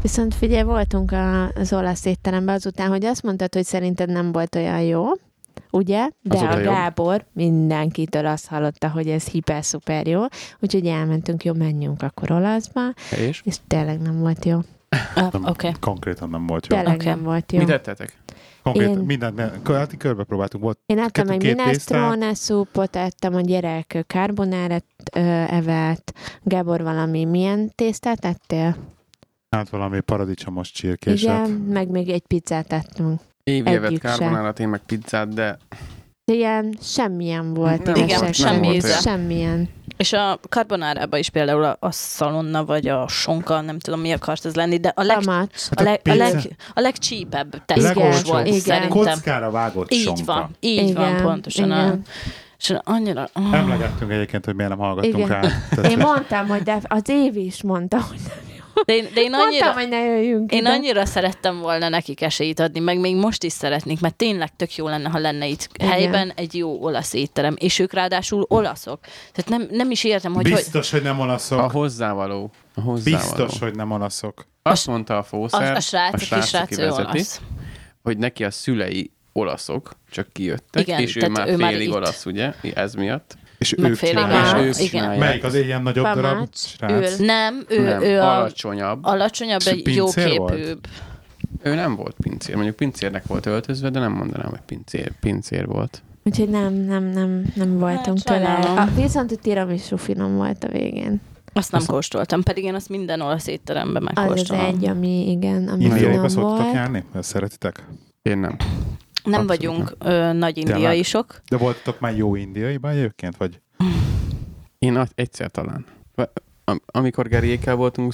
Viszont figyelj, voltunk az olasz étteremben azután, hogy azt mondtad, hogy szerinted nem volt olyan jó, ugye? De Azóta a jó. Gábor mindenkitől azt hallotta, hogy ez hiper-szuper jó, úgyhogy elmentünk, jó, menjünk akkor olaszba, és tényleg nem volt jó. Oké. Konkrétan nem volt jó. Tényleg nem volt jó. Mit tettetek? Konkrétan mindent, körbe próbáltunk. Volt Én ettem egy két minestrone szúpot, ettem, a gyerek carbonárát evett, Gábor valami milyen tésztát ettél? Hát valami paradicsomos csirkéset. Igen, meg még egy pizzát ettünk. Évi evett Egyik sem. carbonárát, én meg pizzát, de Ilyen semmilyen volt. Nem, igazság igen, szerint. semmi íze. Semmilyen. És a carbonárában is például a szalonna, vagy a sonka, nem tudom mi akarsz ez lenni, de Tamacs. a legcsípebb tesztós Legolcsóbb. volt Igen. szerintem. Kockára vágott sonka. Így van, Igen, pontosan. igen. És annyira... Emlegettünk egyébként, hogy miért nem hallgattunk Igen. rá. Tehát, Én mondtam, hogy de az Évi is mondta, hogy nem jó. De én Mondtam, hogy ne jöjjünk Én ide. annyira szerettem volna nekik esélyt adni, meg még most is szeretnék, mert tényleg tök jó lenne, ha lenne itt Igen. helyben egy jó olasz étterem, és ők ráadásul olaszok. Tehát nem is értem, hogy... biztos, hogy nem olaszok. a hozzávaló. Biztos, hogy nem olaszok. Azt mondta a fószer, a srác, aki vezeti, olasz. hogy neki a szülei olaszok, csak kijöttek, Igen, és ő tehát már ő már félig itt. olasz, ugye, ez miatt. És Meg ők félig csinálják. olaszok. És ők Igen. csinálják. Melyik az ilyen nagyobb darab Pamács, srác? Nem, Nem, ő alacsonyabb. egy Pincér jóképűbb. Ő nem volt pincér. Mondjuk pincérnek volt öltözve, de nem mondanám, hogy pincér volt. Úgyhogy nem voltunk tőle. sajnálom. Viszont a tiramisu finom volt a végén. Azt nem kóstoltam, pedig én azt minden olasz étteremben Az az megkóstolom. egy, ami Indiaiba finom szoktak volt. járni? Ezt szeretitek? Én nem. Nem Abszolút vagyunk nagy indiaisok. De voltatok már jó indiaiban egyébként? Vagy? Én egyszer talán. Amikor Geriékkel voltunk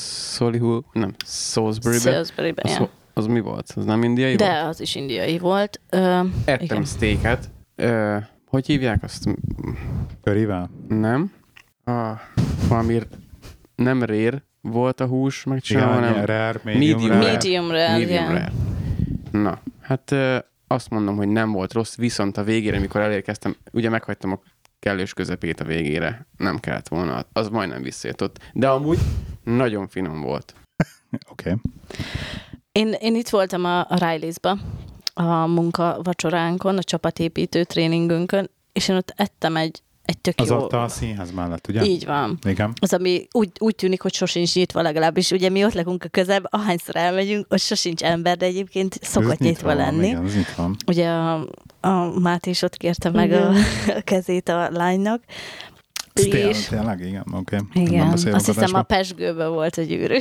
Salisbury-be, Salisbury-ben, ja. az mi volt? Az nem indiai volt? De az is indiai volt. Ettem igen. steaket. Hogy hívják azt? Körivel? Nem. Valami nem rare volt a hús megcsinálva, Igen, hanem rare, medium rare. Medium rare, medium yeah. rare. Na, hát azt mondom, hogy nem volt rossz, viszont a végére, amikor elérkeztem, ugye meghagytam a kellős közepét a végére. Nem kellett volna, az majdnem visszajutott. De amúgy nagyon finom volt. Oké. Én itt voltam a Riley's-ba, a munka vacsoránkon, a csapatépítő tréningünkön, és én ott ettem egy tök Az jó... ott a színház mellett, ugye? Így van. Igen. Az, ami úgy tűnik, hogy sosincs nyitva legalábbis. Ugye mi ott lakunk a közelben, ahányszor elmegyünk, ott sosincs ember, de egyébként szokott Ez nyitva van, lenni. Igen, ez itt van. Ugye a Máté is ott kérte meg a kezét a lánynak. Tényleg, igen, oké. Igen, azt hiszem a Pezsgőben volt a gyűrű.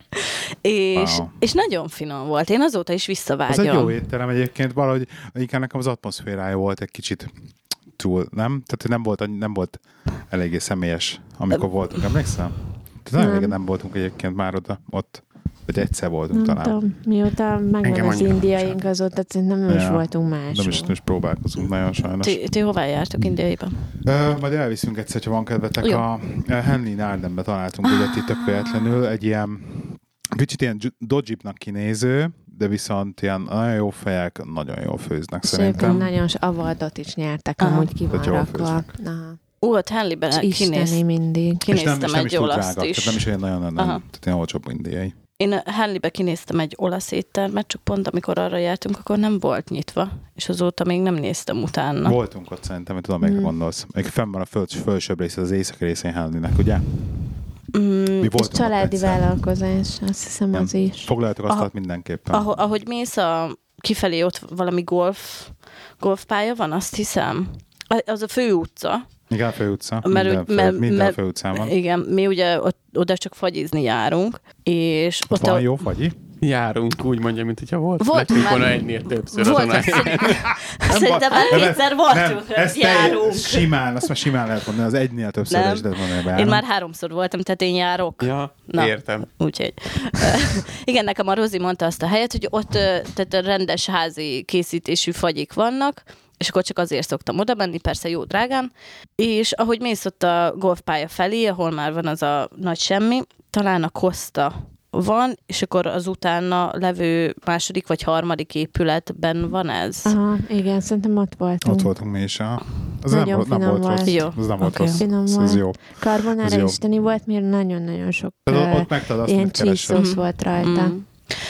és nagyon finom volt. Én azóta is visszavágyom. Az egy jó étterem egyébként, valahogy inkább nekem az atmoszférája volt egy kicsit túl, nem? Tehát nem volt eléggé személyes, amikor voltunk, emlékszel? Tehát nagyon régen nem voltunk egyébként már ott, vagy egyszer voltunk Nem talán. tudom, mióta megvan Engem az annyira indiaink azóta, szerintem nem is voltunk máshol. Nem is próbálkozunk nagyon sajnos. Ti hová jártok Indiaiba? Majd elviszünk egyszer, ha van kedvetek. Jó. A Henley Nardenbe találtunk ugye titök véletlenül egy ilyen kicsit ilyen dodgyipnak kinéző, de viszont ilyen nagyon jó fejek, nagyon jól főznek szerintem. Nagyon avaldot is nyertek, Aha. amúgy ki van Tehát jól rakva. főznek. Aha. Ott Henleyben Isteni mindig. És nem kinéztem is egy túl olaszt drága, is. tehát nem is olyan nagyon, Aha. tehát ilyen olcsóbb indiai. Én Henleybe kinéztem egy olasz éttermet, csak pont amikor arra jártunk, akkor nem volt nyitva, és azóta még nem néztem utána. Voltunk ott szerintem, hogy tudom, melyikre gondolsz. Még fenn van a felsőbb része, az északi részén Henleynek, ugye? Mi És voltunk családi ott egyszer. vállalkozás, azt hiszem az is. Foglaljátok azt mindenképpen. Ahogy mész kifelé, ott valami golfpálya van, azt hiszem. Az a fő utca. Igen, a főutca. Mert- Minden főutcán van. Igen, mi ugye oda csak fagyizni járunk, és Ott van jó fagyi? Járunk úgy mondja, mint hogyha volt. Volt Nekünk már- volna egynél többször Volt, azon. szerintem már kétszer voltunk, járunk. Simán, azt már simán lehet mondani, az egynél többször Nem. is lehet mondani, hogy Én már 3-szor voltam, tehát én járok. Ja, Na. értem. Úgyhogy. Igen, nekem a Rozi mondta azt a helyet, hogy ott tehát rendes házi készítésű fagyik vannak, és akkor csak azért szoktam oda menni, persze jó drágán, és ahogy mész ott a golfpálya felé, ahol már van az a nagy semmi, talán a Costa van, és akkor az utána levő második vagy harmadik épületben van ez. Aha, igen, szerintem ott voltunk. Ott voltunk mi is. Az nagyon nem volt rossz. Jó. Az nem volt Oké. rossz. Finom Ez volt. jó. Carbonara jó. isteni volt, mert nagyon-nagyon sok Ott megtalálod azt, ilyen amit cheese keresel. sauce volt rajta. Mm.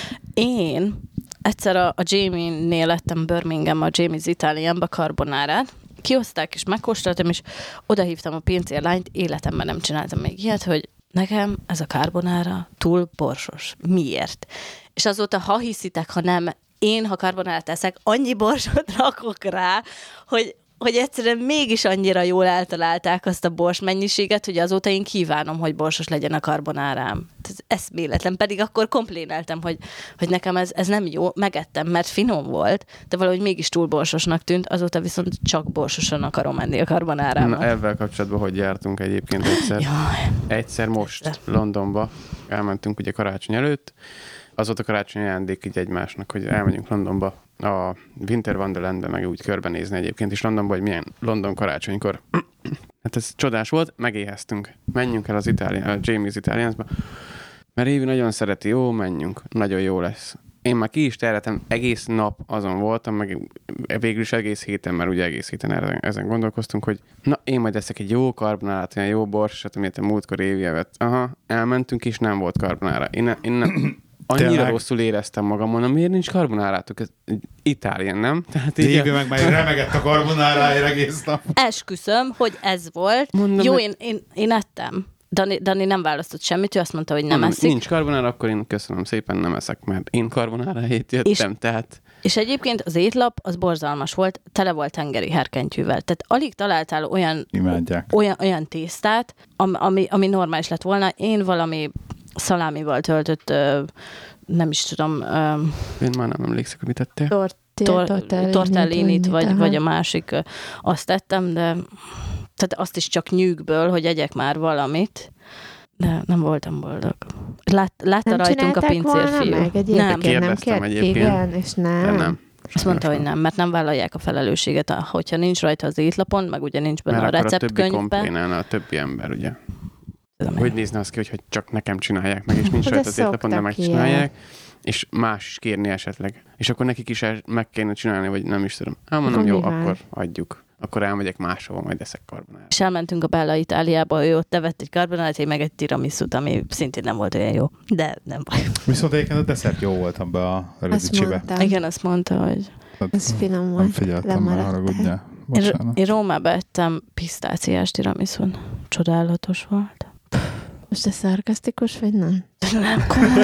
Én egyszer a Jamie-nél lettem Birmingham a Jamie's Italianba carbonárát, kihozták és megkóstoltam, és odahívtam a pincérlányt, életemben nem csináltam még ilyet, hogy nekem ez a carbonara túl borsos. Miért? És azóta, ha hiszitek, ha nem, én, ha carbonárát eszek, annyi borsot rakok rá, hogy egyszerűen mégis annyira jól eltalálták azt a bors mennyiséget, hogy azóta én kívánom, hogy borsos legyen a carbonárám. Ez eszméletlen, pedig akkor kompléneltem, hogy nekem ez nem jó, megettem, mert finom volt, de valahogy mégis túl borsosnak tűnt, azóta viszont csak borsosan akarom enni a carbonárámat. Na, ebben kapcsolatban hogy jártunk egyébként egyszer. Jaj. Egyszer most Londonba elmentünk ugye karácsony előtt, az volt a karácsonyi ajándék így egymásnak, hogy elmegyünk Londonba a Winter Wonderlandbe, meg úgy körbenézni egyébként is Londonba, hogy milyen London karácsonykor. Hát ez csodás volt, megéheztünk. Menjünk el a Jamie's Italiansba, mert Évi nagyon szereti, jó, menjünk, nagyon jó lesz. Én már ki is terjedtem, egész nap azon voltam, meg végül is egész héten, mert ugye egész héten ezen gondolkoztunk, hogy na, én majd eszek egy jó carbonárát, olyan jó borsot, amit a múltkor Évi evett. Aha, elmentünk, és nem volt carbonára. Én nem... Annyira Tényleg? rosszul éreztem magam, mondom, miért nincs carbonárátok? Ez Itálián, nem? Tehát így Évi meg már remegett a carbonáráért egész nap. Esküszöm, hogy ez volt. Mondom, Jó, hogy- én ettem. Dani nem választott semmit, ő azt mondta, hogy nem mondom, eszik. nincs carbonára, akkor én köszönöm szépen, nem eszek, mert én carbonára hét jöttem, tehát... És egyébként az étlap az borzalmas volt, tele volt tengeri herkentyűvel. Tehát alig találtál Imádják. olyan tésztát, ami normális lett volna. Én valami szalámival töltött, nem is tudom, Én már nem emlékszek, hogy mit tettél. tortellinit, vagy a másik, azt tettem, de tehát azt is csak nyűgből, hogy egyek már valamit, de nem voltam boldog. Látta rajtunk a pincérfiú. Meg egyébként Kérdeztem egyébként. Igen, és De nem. nem. Azt mondta, hogy nem, mert nem vállalják a felelősséget, hogyha nincs rajta az étlapon, meg ugye nincs benne Mert a akkor a többi receptkönyvben. komplénálna a többi ember, ugye? Tudom én. Hogy nézne az ki, hogy csak nekem csinálják meg, és nincs De rajta az étlapon, de szoktak megcsinálják, és más is kérni esetleg. És akkor nekik is meg kéne csinálni, vagy nem is tudom. Hát mondom, Akkor jó, mi van? akkor adjuk. Akkor elmegyek máshova, majd eszek carbonárát. És elmentünk a Bella Itáliába, ő ott evett egy carbonárát, én meg egy tiramisút, ami szintén nem volt olyan jó. De nem baj. Viszont egyébként a desszert jó volt abban a Azt Rövidicsibe. mondtam. Igen, azt mondta, hogy... Ez finom Nem volt. figyeltem, már haragudjál. Bocsánat. Én Rómába ettem pisztáciás tiramisun. Csodálatos volt. Most ez szarkasztikus, vagy nem? Nem,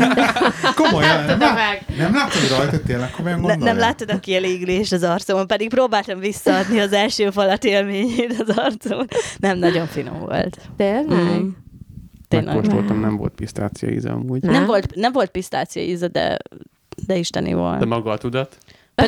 Komolyan, nem látod rajta, tényleg komolyan gondolja? nem láttad a kielégülést az arcomon, pedig próbáltam visszaadni az első falat élményét az arcomon. Nem, nagyon finom volt. Tényleg? Mm. Tényleg. Megkóstoltam, nem volt pisztácia íze amúgy. Nem? Nem volt pisztácia íze, de isteni volt. De maga a tudat?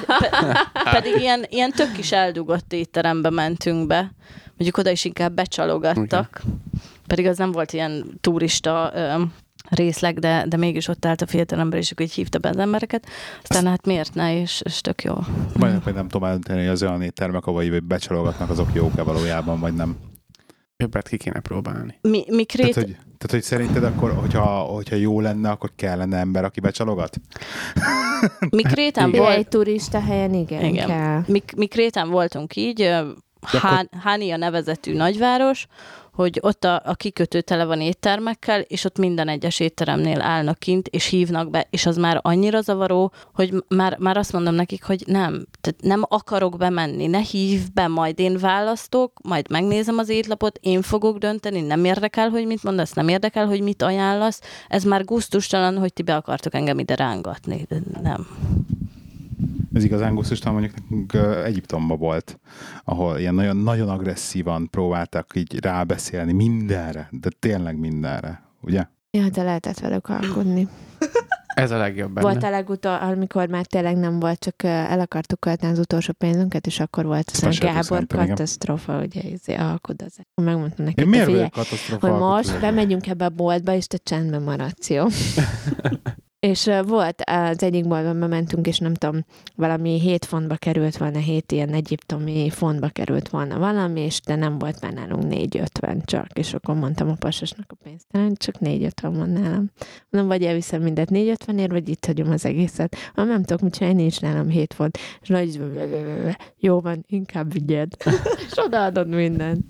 Pedig ilyen tök kis eldugott étterembe mentünk be. Mondjuk oda is inkább becsalogattak. Pedig az nem volt ilyen turista részleg, de mégis ott állt a fiatal ember, és akkor így hívta be az embereket. Aztán hát miért ne, és tök jó. Majd nem tudom eldönteni, hogy az olyan éttermek, ahol így becsalogatnak, azok jók-e valójában, vagy nem. Többet ki kéne próbálni. Mi Tehát, hogy szerinted akkor, hogyha jó lenne, akkor kellene ember, aki becsalogat? Mi Krétán Jó, volt... egy turista helyen igen kell. Mi Krétán voltunk így, Hania nevezetű nagyváros, hogy ott a kikötő tele van éttermekkel, és ott minden egyes étteremnél állnak kint, és hívnak be, és az már annyira zavaró, hogy már azt mondom nekik, hogy nem, tehát nem akarok bemenni, ne hívj be, majd én választok, majd megnézem az étlapot, én fogok dönteni, nem érdekel, hogy mit mondasz, nem érdekel, hogy mit ajánlasz, ez már gusztustalan, hogy ti be akartok engem ide rángatni, de nem. Ez igazán gusztustalan, mondjuk nekünk Egyiptomban volt, ahol ilyen nagyon agresszívan próbáltak így rábeszélni mindenre, de tényleg mindenre, ugye? Ja, de lehetett velük alkudni. Ez a legjobb benne. Volt a legutóbb, amikor már tényleg nem volt, csak el akartuk költeni az utolsó pénzünket, és akkor volt aztán Gábor szerintem, igen. katasztrófa, ugye alkudozás. Megmondtam neki, Én miért figyelj, vagyok katasztrofa? hogy most bemegyünk ebbe a boltba, és te csendben maradsz, jó? És volt az egyik boltban mentünk, és nem tudom, valami 7 fontba került volna, 7 ilyen egyiptomi fontba került volna valami, és de nem volt már nálunk 4,50 csak, és akkor mondtam a pasasnak a pénztelen, csak 4,50 van nálam. Mondom, vagy elviszem mindet 4,50-ért, vagy itt hagyom az egészet. Nem tudok mit csinálni, nincs nálam 7 font. És nagy, jó van, inkább vigyed. És odaadod mindent.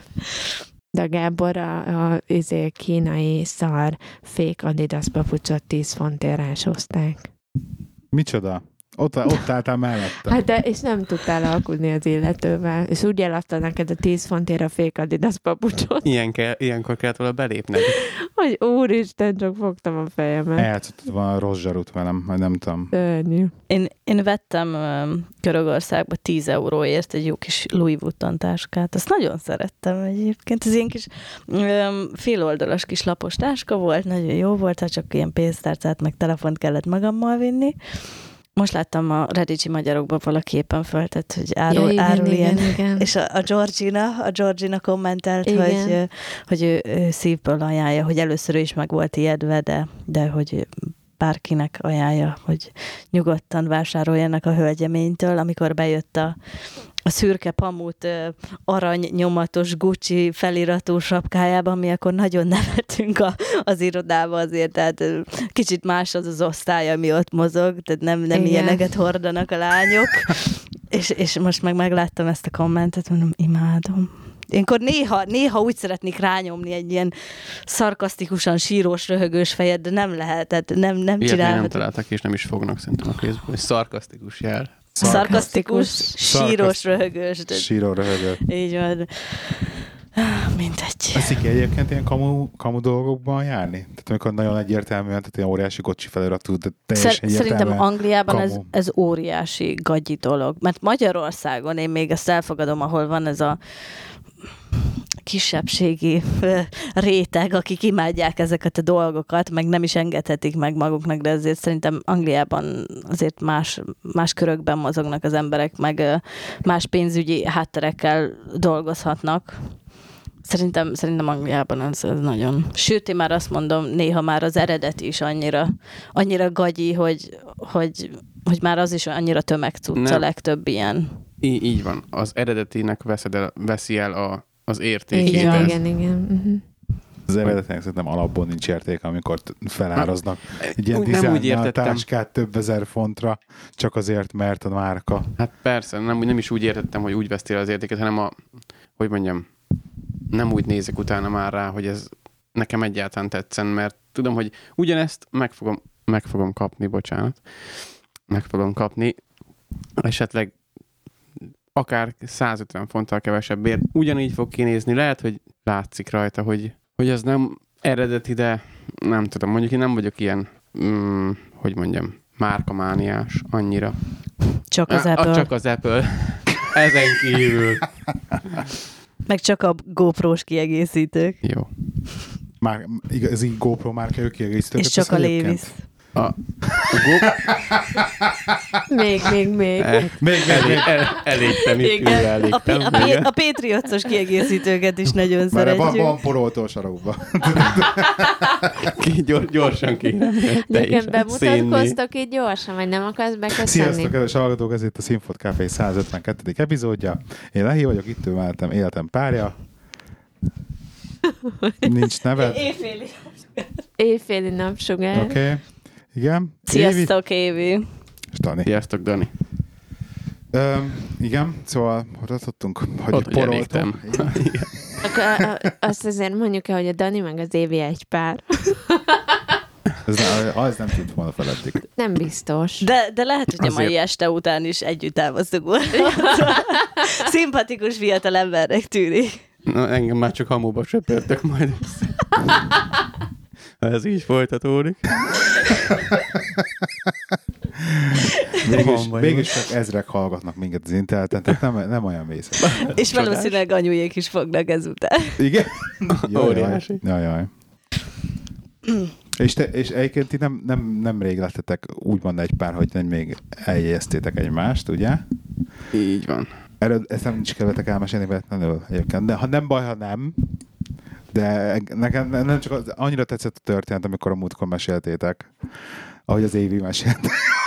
De Gábor a kínai szar fake Adidas papucsot 10 fontért rásozták. Micsoda? Ott álltál mellette. Hát de, és nem tudtál alkudni az illetővel. És úgy eladta neked a 10 fontért a fake Adidas papucsot. Ilyenkor kellett volna belépned. Hogy úristen, csak fogtam a fejemet. Eljátszottad volna a rossz zsarut velem, majd nem tudom. Szörnyű. Én vettem Görögországba 10 euróért egy jó kis Louis Vuitton táskát. Azt nagyon szerettem egyébként. Ez ilyen kis féloldalas kis lapos táska volt, nagyon jó volt, ha csak ilyen pénztárcát meg telefont kellett magammal vinni. Most láttam a Redicsi magyarokban valaki éppen föltett, hogy árul ilyen. Igen. És a Georgina kommentelt, hogy ő szívből ajánlja, hogy először is meg volt ijedve, de hogy bárkinek ajánlja, hogy nyugodtan vásároljanak a hölgyeménytől, amikor bejött a szürke pamut arany nyomatos Gucci feliratú sapkájában, mi akkor nagyon nevetünk az irodába azért, tehát kicsit más az osztály, ami ott mozog, tehát nem ilyeneket hordanak a lányok, és most megláttam ezt a kommentet, mondom, imádom. Ilyenkor néha úgy szeretnék rányomni egy ilyen szarkasztikusan sírós, röhögős fejet, de nem lehet, tehát nem csinálhatom. Nem találtak, és nem is fognak szerintem a Facebookon. Egy szarkasztikus jel. Szarkasztikus, sírós, röhögős. Síró, röhögő. Így van. Mindegy. Eszik egyébként ilyen kamu dolgokban járni? Tehát amikor nagyon egyértelműen, tehát ilyen óriási kocsi feliratú, de teljesen Szerintem Angliában ez óriási gagyi dolog. Mert Magyarországon én még ezt elfogadom, ahol van ez a kisebbségi réteg, akik imádják ezeket a dolgokat, meg nem is engedhetik meg maguknak, de azért szerintem Angliában azért más körökben mozognak az emberek, meg más pénzügyi hátterekkel dolgozhatnak. Szerintem Angliában ez nagyon... Sőt, én már azt mondom, néha már az eredeti is annyira gagyi, hogy már az is annyira tömegcucc a legtöbb ilyen. Így van. Az eredetinek veszi el az értékét. Igen. Uh-huh. Az eredetinek szerintem alapból nincs érték, amikor feláraznak egy ilyen dizájnnal táskát több ezer fontra, csak azért, mert a márka. Hát persze, nem is úgy értettem, hogy úgy vesztél az értéket, hanem nem úgy nézek utána már rá, hogy ez nekem egyáltalán tetszen, mert tudom, hogy ugyanezt meg fogom kapni, meg fogom kapni, esetleg akár 150 fonttal kevesebbért ugyanígy fog kinézni. Lehet, hogy látszik rajta, hogy ez nem eredeti, de nem tudom. Mondjuk én nem vagyok ilyen, márkamániás annyira. Csak az Apple. Csak az Apple. Ezen kívül. Meg csak a GoPro-s kiegészítők. Jó. Ez így GoPro márka kiegészítők. És csak a Levi's. Még. A Patriots-os kiegészítőket is nagyon szeretjük. Van poroltó sarokban. Gyorsan kérem. Egyébként bemutatkoztok így gyorsan, vagy nem akarsz beköszönni? Sziasztok, kedves hallgatók, ez itt a Színfot Café 152. epizódja. Én Lehi vagyok, itt mellettem életem párja. Nincs neved. Éjféli napsugár. Oké. Igen. Sziasztok, Évi. És Dani. Sziasztok, Dani. Igen, szóval hol tudtunk, hogy ott poroltam. Azt azért mondjuk el, hogy a Dani meg az Évi egy pár. Az nem tudott volna feleddig. Nem biztos. De lehet, hogy a mai este után is együtt elvasztok volna. Szimpatikus fiatal embernek tűnik. Na, engem már csak hamuba söpörtök majd. Ez így folytatódik. Mégis csak ezrek hallgatnak minket az interneten, tehát nem olyan vészes. És valószínűleg anyujék is fognak ezután. Igen? Óriási. Jaj. És egyébként ti nem rég lettetek úgymond egy pár, hogy még eljegyeztétek egymást, ugye? Így van. Erről ezt nem is kelletek elmesélni véletlenül egyébként. De ha nem baj, ha nem, de nekem nem csak annyira tetszett a történet, amikor a múltkor meséltétek, ahogy az Évi mesélt.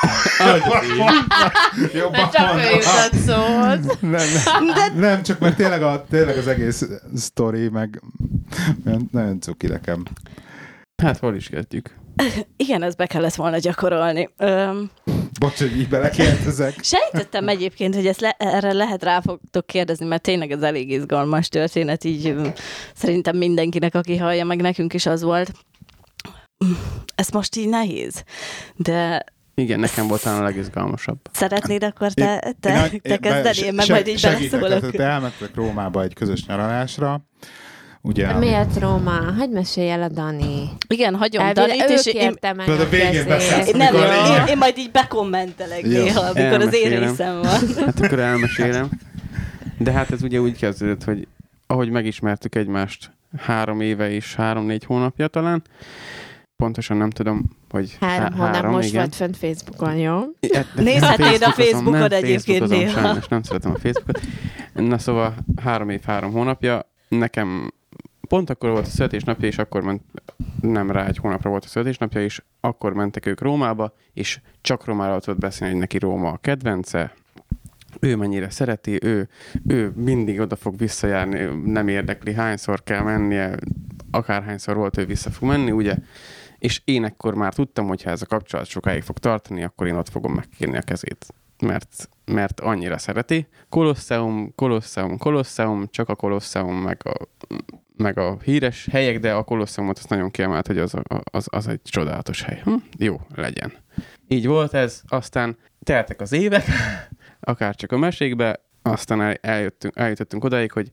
Jobban Csak ő jutott szóhoz. Nem, csak mert tényleg az egész sztori, meg nagyon cuki nekem. Hát hol is kezdjük? Igen, ezt be kellett volna gyakorolni. Bocs, hogy így belekérdezek. Sejtettem egyébként, hogy erre lehet rá fogtok kérdezni, mert tényleg ez elég izgalmas történet, így szerintem mindenkinek, aki hallja, meg nekünk is az volt. Ez most így nehéz, de... Igen, nekem volt talán a legizgalmasabb. Szeretnéd akkor te kezdeni, én meg majd így beleszólok. Te elmentek Rómába egy közös nyaralásra. Ugye, Miért Róma? Hagyj mesélj el a Dani. Igen, hagyom Danit, és a végén beszélsz. én majd így bekommentelek néha, amikor az én részem van. Hát akkor elmesélem. De hát ez ugye úgy kezdődött, hogy ahogy megismertük egymást 3 éve és 3-4 hónapja talán, pontosan nem tudom, hogy 3 hónap most igen. volt fönt Facebookon, jó? Nézhetéd a Facebookon egyébként néha. Sajnos nem szeretem a Facebookot. Na szóval 3 év, 3 hónapja. Nekem pont akkor volt a születésnapja, és akkor ment, nem rá 1 hónapra volt a születésnapja, és akkor mentek ők Rómába, és csak Rómáról tudott beszélni, hogy neki Róma a kedvence, ő mennyire szereti, ő mindig oda fog visszajárni, nem érdekli, hányszor kell mennie, akárhányszor volt, ő vissza fog menni, ugye? És én ekkor már tudtam, hogy ha ez a kapcsolat sokáig fog tartani, akkor én ott fogom megkérni a kezét. Mert annyira szereti. Kolosseum, csak a Kolosseum, meg a híres helyek, de a Kolosseumot azt nagyon kiemelt, hogy az egy csodálatos hely. Jó, legyen. Így volt ez, aztán teltek az évek, akár csak a mesékbe, aztán eljutottunk odáig, hogy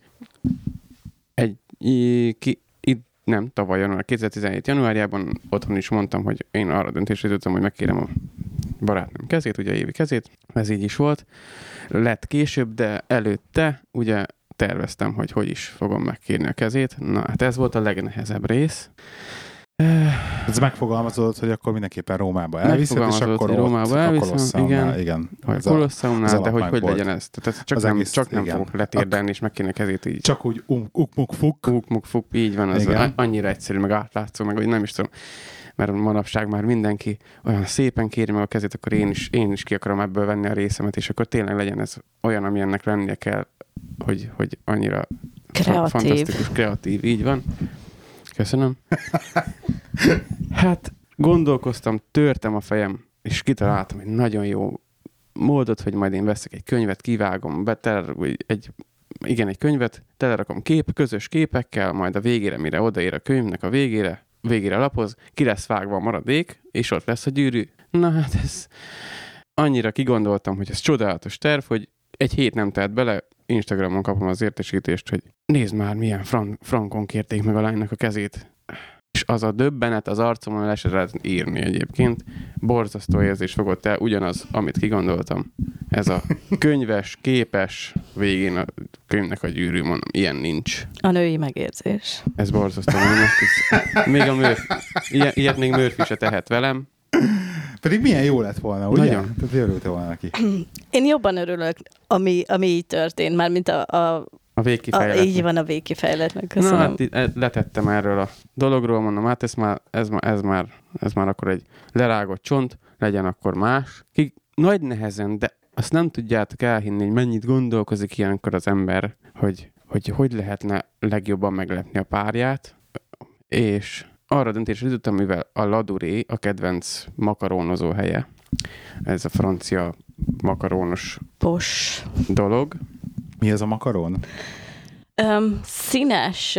tavaly január, 2017 januárjában otthon is mondtam, hogy én arra döntésre jutottam, hogy megkérem a barátnőm kezét, ugye Évi kezét, ez így is volt. Lett később, de előtte ugye terveztem, hogy is fogom megkérni a kezét. Na, hát ez volt a legnehezebb rész. Ez megfogalmazódott, hogy akkor mindenképpen Rómába elviszed, és akkor ott Rómába elviszem, igen. A Kolosseumnál, de hogy legyen ez? Tehát csak nem fogok letérdelni, és megkérni a kezét így. Csak úgy Ukmuk-fuk, így van, az annyira egyszerű, meg átlátszó, meg hogy nem is tudom, mert manapság már mindenki olyan szépen kéri meg a kezét, akkor én is ki akarom ebből venni a részemet, és akkor tényleg legyen ez olyan, ami ennek lennie kell, hogy annyira fantasztikus, kreatív, így van. Köszönöm. Hát gondolkoztam, törtem a fejem, és kitaláltam egy nagyon jó módot, hogy majd én veszek egy könyvet, kivágom, egy könyvet, telerakom közös képekkel, majd a végére, mire odaér a könyvnek a végére lapoz, ki lesz vágva a maradék, és ott lesz a gyűrű. Na hát ez annyira kigondoltam, hogy ez csodálatos terv, hogy egy hét nem telt bele, Instagramon kapom az értesítést, hogy nézd már, milyen frankon kérték meg a lánynak a kezét. És az a döbbenet az arcomon le se lehet írni egyébként. Borzasztó érzés fogott el, ugyanaz, amit kigondoltam. Ez a könyves, képes, végén a könyvnek a gyűrű, mondom, ilyen nincs. A női megérzés. Ez borzasztó. Ilyet még Murphy se tehet velem. Pedig milyen jó lett volna, ugye? Nagyon. Tehát örültél volna neki. Én jobban örülök, ami így történt, már mint a végkifejletnek. Így van, a végkifejletnek. Köszönöm. Na, hát letettem erről a dologról, mondom, hát ez már akkor egy lerágott csont, legyen akkor más. Nagy nehezen, de azt nem tudjátok elhinni, hogy mennyit gondolkozik ilyenkor az ember, hogy lehetne legjobban meglepni a párját, és arra döntésre jutottam, mivel a Laduré a kedvenc makarónozó helye. Ez a francia makarónos dolog. Mi ez a makaron? Színes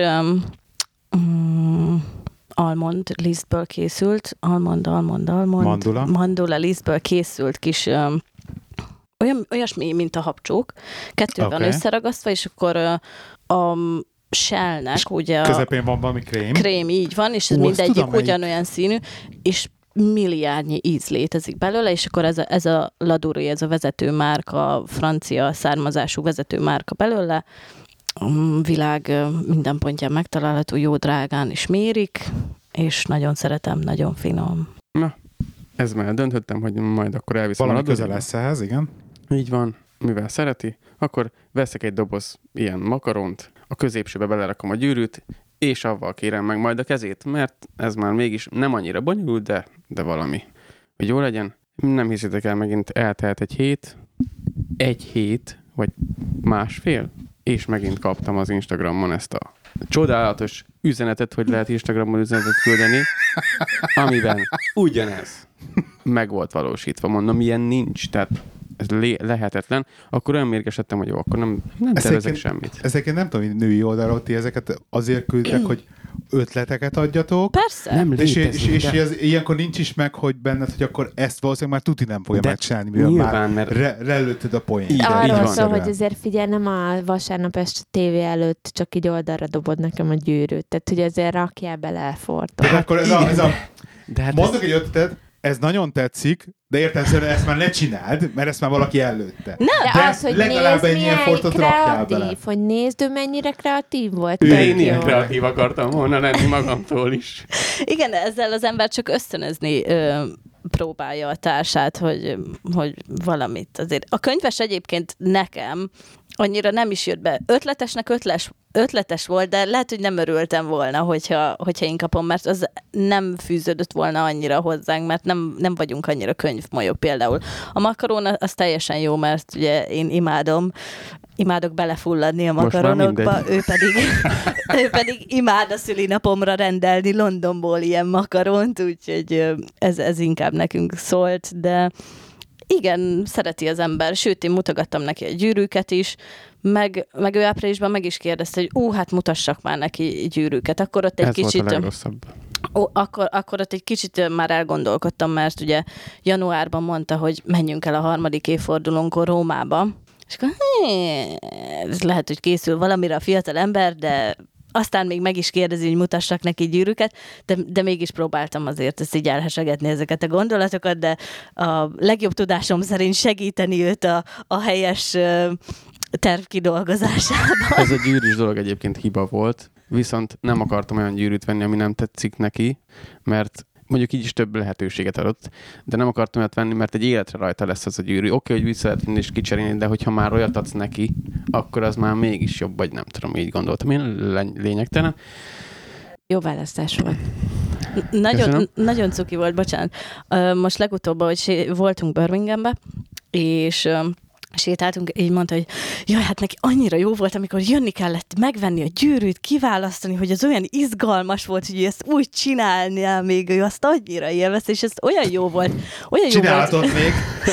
almond lisztből készült, mandula lisztből készült kis olyasmi, mint a habcsók. 2 van összeragasztva, és akkor a shellnek, ugye közepén van valami krém. Krém, így van, és ez mindegyik ugyanolyan színű, és milliárdnyi íz létezik belőle, és akkor ez a Laduré, ez a vezető márka, francia származású vezető márka belőle, a világ minden pontján megtalálható, jó drágán is mérik, és nagyon szeretem, nagyon finom. Na, ez már döntöttem, hogy majd akkor elviszem. Valami közel lesz ehhez, igen. Így van, mivel szereti, akkor veszek egy doboz ilyen makaront, a középsőbe belerakom a gyűrűt, és avval kérem meg majd a kezét, mert ez már mégis nem annyira bonyolult, de valami. hogy jó legyen. Nem hiszitek el, megint eltelt egy hét, vagy másfél, és megint kaptam az Instagramon ezt a csodálatos üzenetet, hogy lehet Instagramon üzenetet küldeni, amiben ugyanez meg volt valósítva. Mondom, ilyen nincs, tehát ez lehetetlen. Akkor olyan mérgesedtem, hogy jó, akkor nem tervezek semmit. Ezeket nem tudom, hogy női oldalról ti ezeket azért küldtek, hogy ötleteket adjatok. Persze. Nem létezik, és ilyenkor nincs is meg, hogy benned, hogy akkor ezt valószínűleg már tuti nem fogja megcsinálni, mivel nyilván, már relőtted a poént. Arról szól, hogy azért figyelj, nem a vasárnap este tévé előtt csak így oldalra dobod nekem a gyűrűt. Tehát, hogy azért rakjál bele effortot. De akkor mondok egy ötletet, ez nagyon tetszik, de értelemszerűen ezt már ne csináld, mert ezt már valaki előtte. De az, hogy legalább nézd, egy ilyen fortot rakjál bele. kreatív, hogy nézd, ő mennyire kreatív volt. Én ilyen kreatív akartam volna lenni magamtól is. Igen, ezzel az ember csak ösztönözni próbálja a társát, hogy valamit azért. A könyves egyébként nekem annyira nem is jött be. Ötletes volt, de lehet, hogy nem örültem volna, hogyha én kapom, mert az nem fűződött volna annyira hozzánk, mert nem vagyunk annyira könyvmolyok például. A makaron az teljesen jó, mert ugye én imádok belefulladni a makaronokba, ő pedig imád a szülinapomra rendelni Londonból ilyen makaront, úgyhogy ez inkább nekünk szólt, de igen, szereti az ember, sőt, én mutogattam neki a gyűrűket is, meg ő áprilisban meg is kérdezte, hogy hát mutassak már neki gyűrűket. Akkor ott egy kicsit... volt a legrosszabb. Akkor ott egy kicsit már elgondolkodtam, mert ugye januárban mondta, hogy menjünk el a 3. évfordulónkor Rómába, és akkor ez lehet, hogy készül valamire a fiatal ember, de aztán még meg is kérdezi, hogy mutassak neki gyűrűket, de mégis próbáltam azért ezt így elhesegetni ezeket a gondolatokat, de a legjobb tudásom szerint segíteni őt a helyes terv kidolgozásában. Ez a gyűrűs dolog egyébként hiba volt, viszont nem akartam olyan gyűrűt venni, ami nem tetszik neki, mert mondjuk így is több lehetőséget adott, de nem akartam olyat venni, mert egy életre rajta lesz az a gyűrű. Oké, hogy vissza lehet vinni és kicserélni, de hogyha már olyat adsz neki, akkor az már mégis jobb, vagy nem tudom, így gondoltam. Én lényegtelen. Jó választás volt. Nagyon cuki volt, bocsánat. Most legutóbb, hogy voltunk Birminghambe, és sétáltunk, így mondta, hogy jaj, hát neki annyira jó volt, amikor jönni kellett megvenni a gyűrűt, kiválasztani, hogy az olyan izgalmas volt, hogy ezt úgy csinálnia, még ő azt annyira élvezte, és ez olyan jó volt. Csinálhatod még?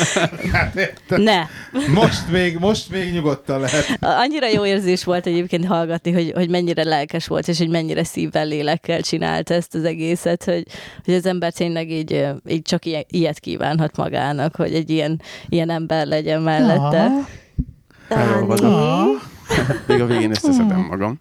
Ne. Most még nyugodtan lehet. Annyira jó érzés volt egyébként hallgatni, hogy mennyire lelkes volt, és hogy mennyire szívvel, lélekkel csinálta ezt az egészet, hogy az ember tényleg így csak ilyet kívánhat magának, hogy egy ilyen ember legyen mellette. Még a végén összeszedem magam.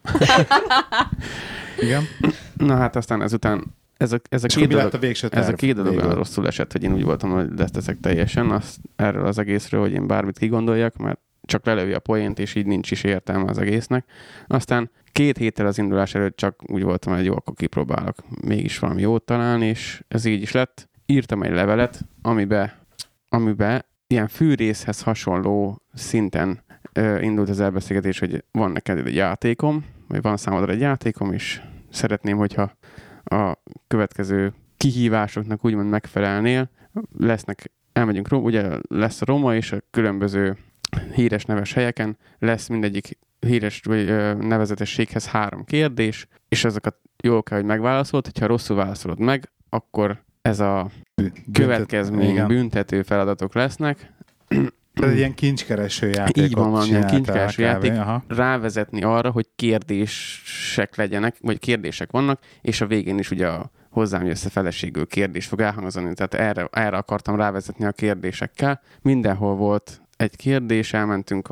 Igen. Na hát aztán ezután ez a két dolog olyan rosszul esett, hogy én úgy voltam, hogy leteszek teljesen erről az egészről, hogy én bármit kigondoljak, mert csak lelövi a poént, és így nincs is értelme az egésznek. Aztán 2 héttel az indulás előtt csak úgy voltam, hogy jó, akkor kipróbálok mégis valami jót találni, és ez így is lett. Írtam egy levelet, amiben ilyen fűrészhez hasonló szinten indult az elbeszélgetés, hogy van neked egy játékom, vagy van számodra egy játékom, és szeretném, hogyha a következő kihívásoknak úgymond megfelelnél. Elmegyünk Róma, ugye lesz a Róma, és a különböző híres neves helyeken lesz mindegyik híres vagy nevezetességhez 3 kérdés, és azokat jól kell, hogy megválaszolt. Hogyha rosszul válaszolod meg, akkor ez a következmény büntető feladatok lesznek. Ez egy ilyen kincskereső játék. Így van, valamilyen kincskereső játék. Rávezetni arra, hogy kérdések legyenek, vagy kérdések vannak, és a végén is ugye a hozzám jössze feleségül kérdés fog elhangzani. Tehát erre akartam rávezetni a kérdésekkel. Mindenhol volt egy kérdés, elmentünk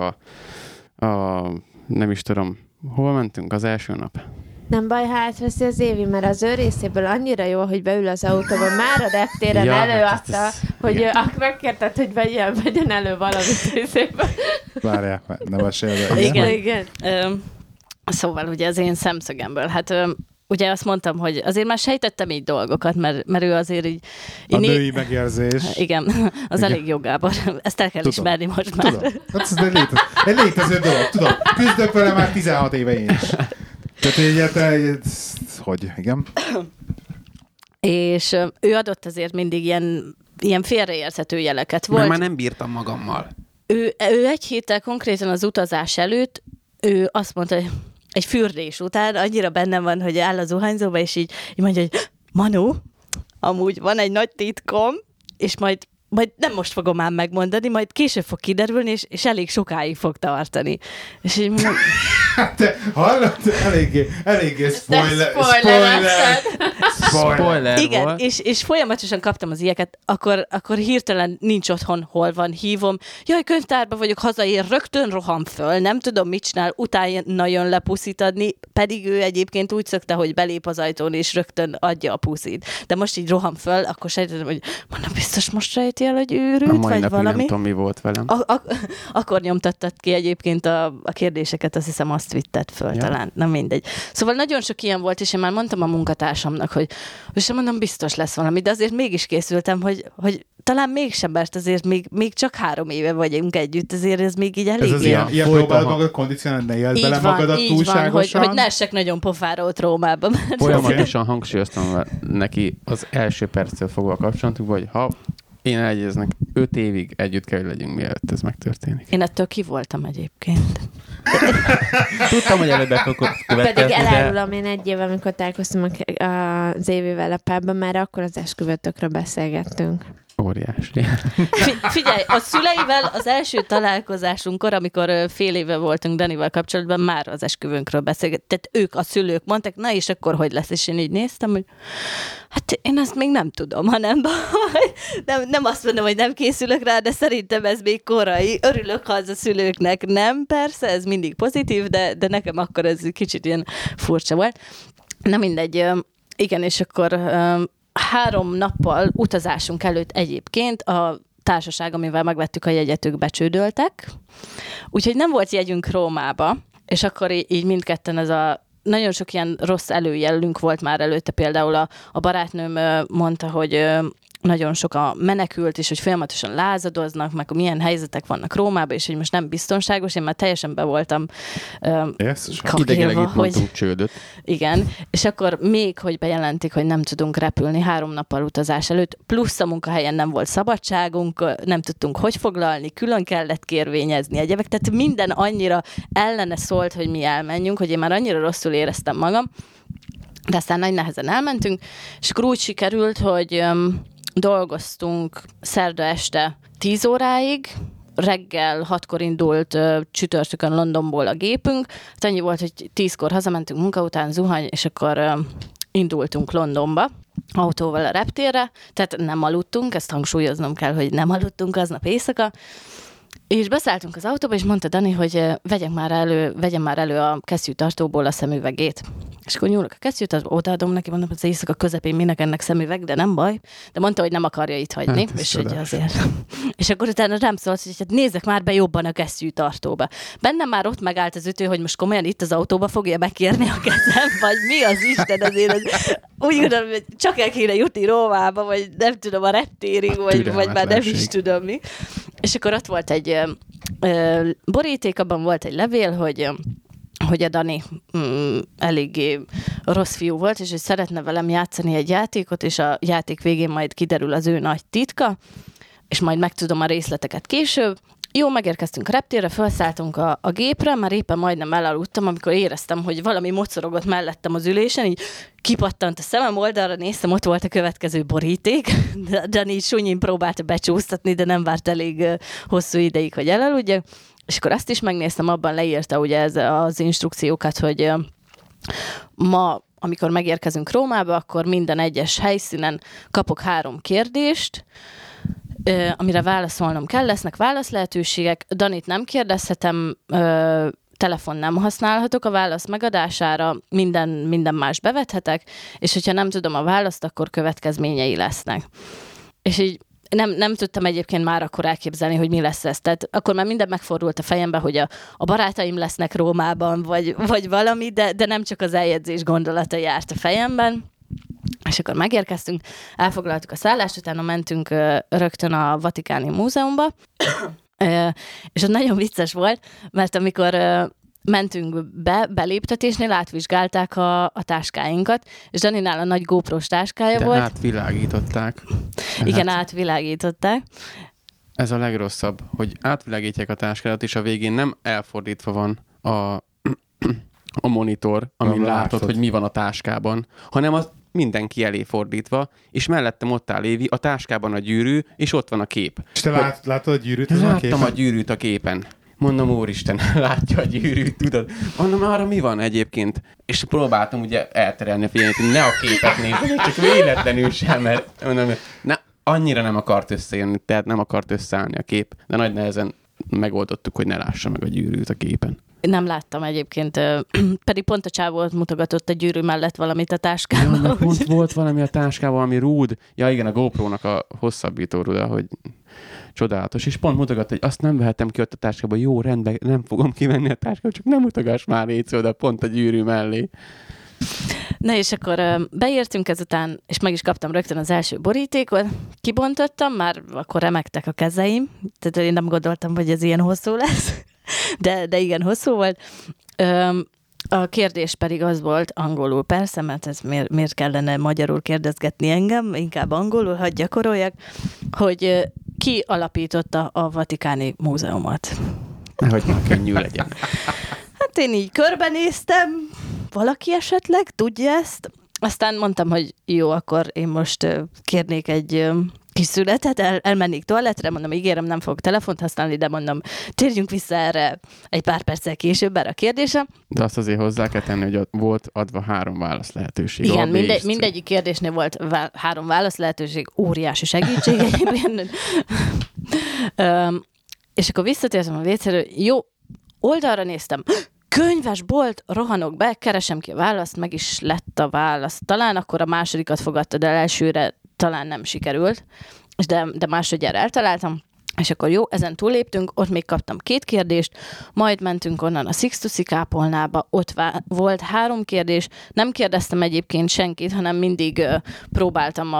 nem is tudom, hol mentünk az első nap? Nem baj, ha átveszi az Évi, mert az ő részéből annyira jó, hogy beül az autóban, már a reptéren előadta, hogy megkérted, hogy vegyen elő valamit részéből. Várjál, nem esélye. Igen. Szóval ugye az én szemszögemből, hát ugye azt mondtam, hogy azért már sejtettem így dolgokat, mert ő azért így... A női megérzés. Igen, az elég jó, Gábor. Ezt el kell ismerni most már. Tudom. Ez egy létező dolog, tudom. Küzdök vele már 16 éve én is. Tehát hogy, igen. És ő adott azért mindig ilyen ilyen félreérthető jeleket Mert volt. már nem bírtam magammal. Ő egy héttel konkrétan az utazás előtt, ő azt mondta, hogy egy fürdés után annyira bennem van, hogy áll a zuhanyzóba, és így mondja, hogy Manu, amúgy van egy nagy titkom, és majd nem most fogom ám megmondani, majd később fog kiderülni, és elég sokáig fog tartani. És így mondom... Te hallod? Eléggé spoiler. Spoiler Igen, volt. és folyamatosan kaptam az ilyeket, akkor hirtelen nincs otthon, hol van, hívom, jaj, könyvtárba vagyok, hazaér, rögtön roham föl, nem tudom, mit csinál, utána jön le puszit adni, pedig ő egyébként úgy szokta, hogy belép az ajtón, és rögtön adja a puszit. De most így roham föl, akkor sejtettem, hogy mondom, biztos most rejti el, hogy őrült, A mai vagy napig valami. nem tudom, mi volt velem. Akkor nyomtattad ki egyébként a kérdéseket, azt hiszem azt vitted föl talán, nem mindegy. Szóval nagyon sok ilyen volt, és én már mondtam a munkatársamnak, hogy mondom, biztos lesz valami, de azért mégis készültem, hogy talán mégsem, mert azért még csak 3 éve vagyunk együtt, azért ez még így elég. Ez az ilyen próbáld magad kondicionálni, ne éld bele magadat túlságosan. Hogy ne essek nagyon pofára ott Rómában. Folyamatosan hangsúlyoztam neki az első perctől fogva a kapcsolatunkban, hogy ha én elegyeznek, 5 évig együtt kell, hogy legyünk, mielőtt ez megtörténik. Én ettől ki voltam egyébként. Tudtam, hogy előbb fog következni, Pedig elárulom, én 1 év, amikor találkoztam az Évivel a pubban, már akkor az esküvőtökről beszélgettünk. Óriási. Figyelj, a szüleivel az első találkozásunkkor, amikor fél éve voltunk Danival kapcsolatban, már az esküvőnkről beszélgettünk. Tehát ők, a szülők mondták, na és akkor hogy lesz? És én így néztem, hogy hát én azt még nem tudom, hanem nem azt mondom, hogy nem készülök rá, de szerintem ez még korai. Örülök, ha az a szülőknek nem, persze, ez mindig pozitív, de nekem akkor ez kicsit ilyen furcsa volt. Na mindegy, igen, és akkor 3 nappal utazásunk előtt egyébként a társaság, amivel megvettük a jegyet, ők becsődöltek. Úgyhogy nem volt jegyünk Rómába, és akkor így mindketten ez a nagyon sok ilyen rossz előjelünk volt már előtte. Például a barátnőm mondta, hogy nagyon sok a menekült, és hogy folyamatosan lázadoznak, meg milyen helyzetek vannak Rómában, és hogy most nem biztonságos. Én már teljesen be voltam idegileg itt mondtunk csődöt. Igen, és akkor még, hogy bejelentik, hogy nem tudunk repülni 3 nappal utazás előtt, plusz a munkahelyen nem volt szabadságunk, nem tudtunk hogy foglalni, külön kellett kérvényezni egyebek, tehát minden annyira ellene szólt, hogy mi elmenjünk, hogy én már annyira rosszul éreztem magam, de aztán nagy nehezen elmentünk, és akkor úgy sikerült, hogy dolgoztunk szerda este 10 óráig, reggel 6-kor indult csütörtökön Londonból a gépünk, annyi volt, hogy 10-kor hazamentünk munka után, zuhany, és akkor indultunk Londonba autóval a reptérre, tehát nem aludtunk, ezt hangsúlyoznom kell, hogy nem aludtunk aznap éjszaka, és beszálltunk az autóba, és mondta Dani, hogy vegyem már elő a kesztyűtartóból a szemüvegét. És akkor nyúlok a kesztyűt, odaadom neki, mondom, hogy az éjszaka közepén minek ennek szemüveg, de nem baj. De mondta, hogy nem akarja itt hagyni, hát, és hogy azért. És akkor utána rám szólt, hogy hát nézzek már be jobban a kesztyűtartóba. Bennem már ott megállt az ütő, hogy most komolyan itt az autóba fogja megkérni a kezem, vagy mi az Isten azért. Úgy gondolom, hogy csak el kéne jutni Rómába, vagy nem tudom, a reptérig, vagy már nem is tudom mi. És akkor ott volt egy boríték, abban volt egy levél, hogy a Dani eléggé rossz fiú volt, és hogy szeretne velem játszani egy játékot, és a játék végén majd kiderül az ő nagy titka, és majd megtudom a részleteket később. Jó, megérkeztünk a reptérre, felszálltunk a gépre, már éppen majdnem elaludtam, amikor éreztem, hogy valami mocorogott mellettem az ülésen, így kipattant a szemem, oldalra néztem, ott volt a következő boríték. Dani sunyin próbálta becsúsztatni, de nem várt elég hosszú ideig, hogy elaludjak. És akkor azt is megnéztem, abban leírta ugye ez az instrukciókat, hogy ma, amikor megérkezünk Rómába, akkor minden egyes helyszínen kapok 3 kérdést, amire válaszolnom kell, lesznek válaszlehetőségek. Danit nem kérdezhetem, telefon nem használhatok a válasz megadására, minden más bevethetek, és hogyha nem tudom a választ, akkor következményei lesznek. És így nem tudtam egyébként már akkor elképzelni, hogy mi lesz ez. Tehát akkor már minden megfordult a fejembe, hogy a barátaim lesznek Rómában, vagy valami, de nem csak az eljegyzés gondolata járt a fejemben. És akkor megérkeztünk, elfoglaltuk a szállást, utána mentünk rögtön a Vatikáni Múzeumba, és ott nagyon vicces volt, mert amikor mentünk beléptetésnél átvizsgálták a táskáinkat, és Daninál a nagy GoPro-s táskája De volt. átvilágították. Igen, átvilágították. Ez a legrosszabb, hogy átvilágítják a táskádat, és a végén nem elfordítva van a monitor, amin látod, hogy mi van a táskában, hanem az mindenki elé fordítva, és mellettem ott áll Évi, a táskában a gyűrű, és ott van a kép. És te látod a gyűrűt azon a képen? Láttam a gyűrűt a képen. Mondom, úristen, látja a gyűrűt, tudod? Mondom, arra mi van egyébként? És próbáltam ugye elterelni a figyelmet, hogy ne a képet nézzem, csak véletlenül sem, mert mondom, annyira nem akart összejönni, tehát nem akart összeállni a kép, de nagy nehezen megoldottuk, hogy ne lássa meg a gyűrűt a képen. Nem láttam egyébként, pedig pont a csávó mutogatott a gyűrű mellett valamit a táskában. Ja, pont volt valami a táskában, ami rúd. Ja igen, a GoPro-nak a hosszabbító ruda, hogy csodálatos. És pont mutogatta, hogy azt nem vehetem ki ott a táskában. Jó, rendben, nem fogom kivenni a táskába, csak nem mutogass már légy oda pont a gyűrű mellé. Na és akkor beértünk ezután, és meg is kaptam rögtön az első borítékot, kibontottam, már akkor remegtek a kezeim, tehát én nem gondoltam, hogy ez ilyen hosszú lesz, de igen, hosszú volt. A kérdés pedig az volt, angolul persze, mert ez miért kellene magyarul kérdezgetni engem, inkább angolul, hadd gyakoroljak, hogy ki alapította a Vatikáni Múzeumot. Nehogy már könnyű legyen. Hát én így körbenéztem, valaki esetleg tudja ezt? Aztán mondtam, hogy jó, akkor én most kérnék egy kis szünetet, elmennék toaletre, mondom, ígérem, nem fogok telefont használni, de mondom, térjünk vissza erre egy pár perccel később erre a kérdésre. De azt azért hozzá kell tenni, hogy volt adva 3 válasz lehetőség. Igen, mindegyik kérdésnél volt 3 válasz lehetőség, óriási segítség egyébként. És akkor visszatértem a WC-ről, jó, oldalra néztem, könyvesbolt, rohanok be, keresem ki a választ, meg is lett a válasz. Talán akkor a másodikat fogadtad el, elsőre talán nem sikerült, de másodjára eltaláltam, és akkor jó, ezen túlléptünk, ott még kaptam 2 kérdést, majd mentünk onnan a Sixtusi kápolnába, ott volt 3 kérdés, nem kérdeztem egyébként senkit, hanem mindig próbáltam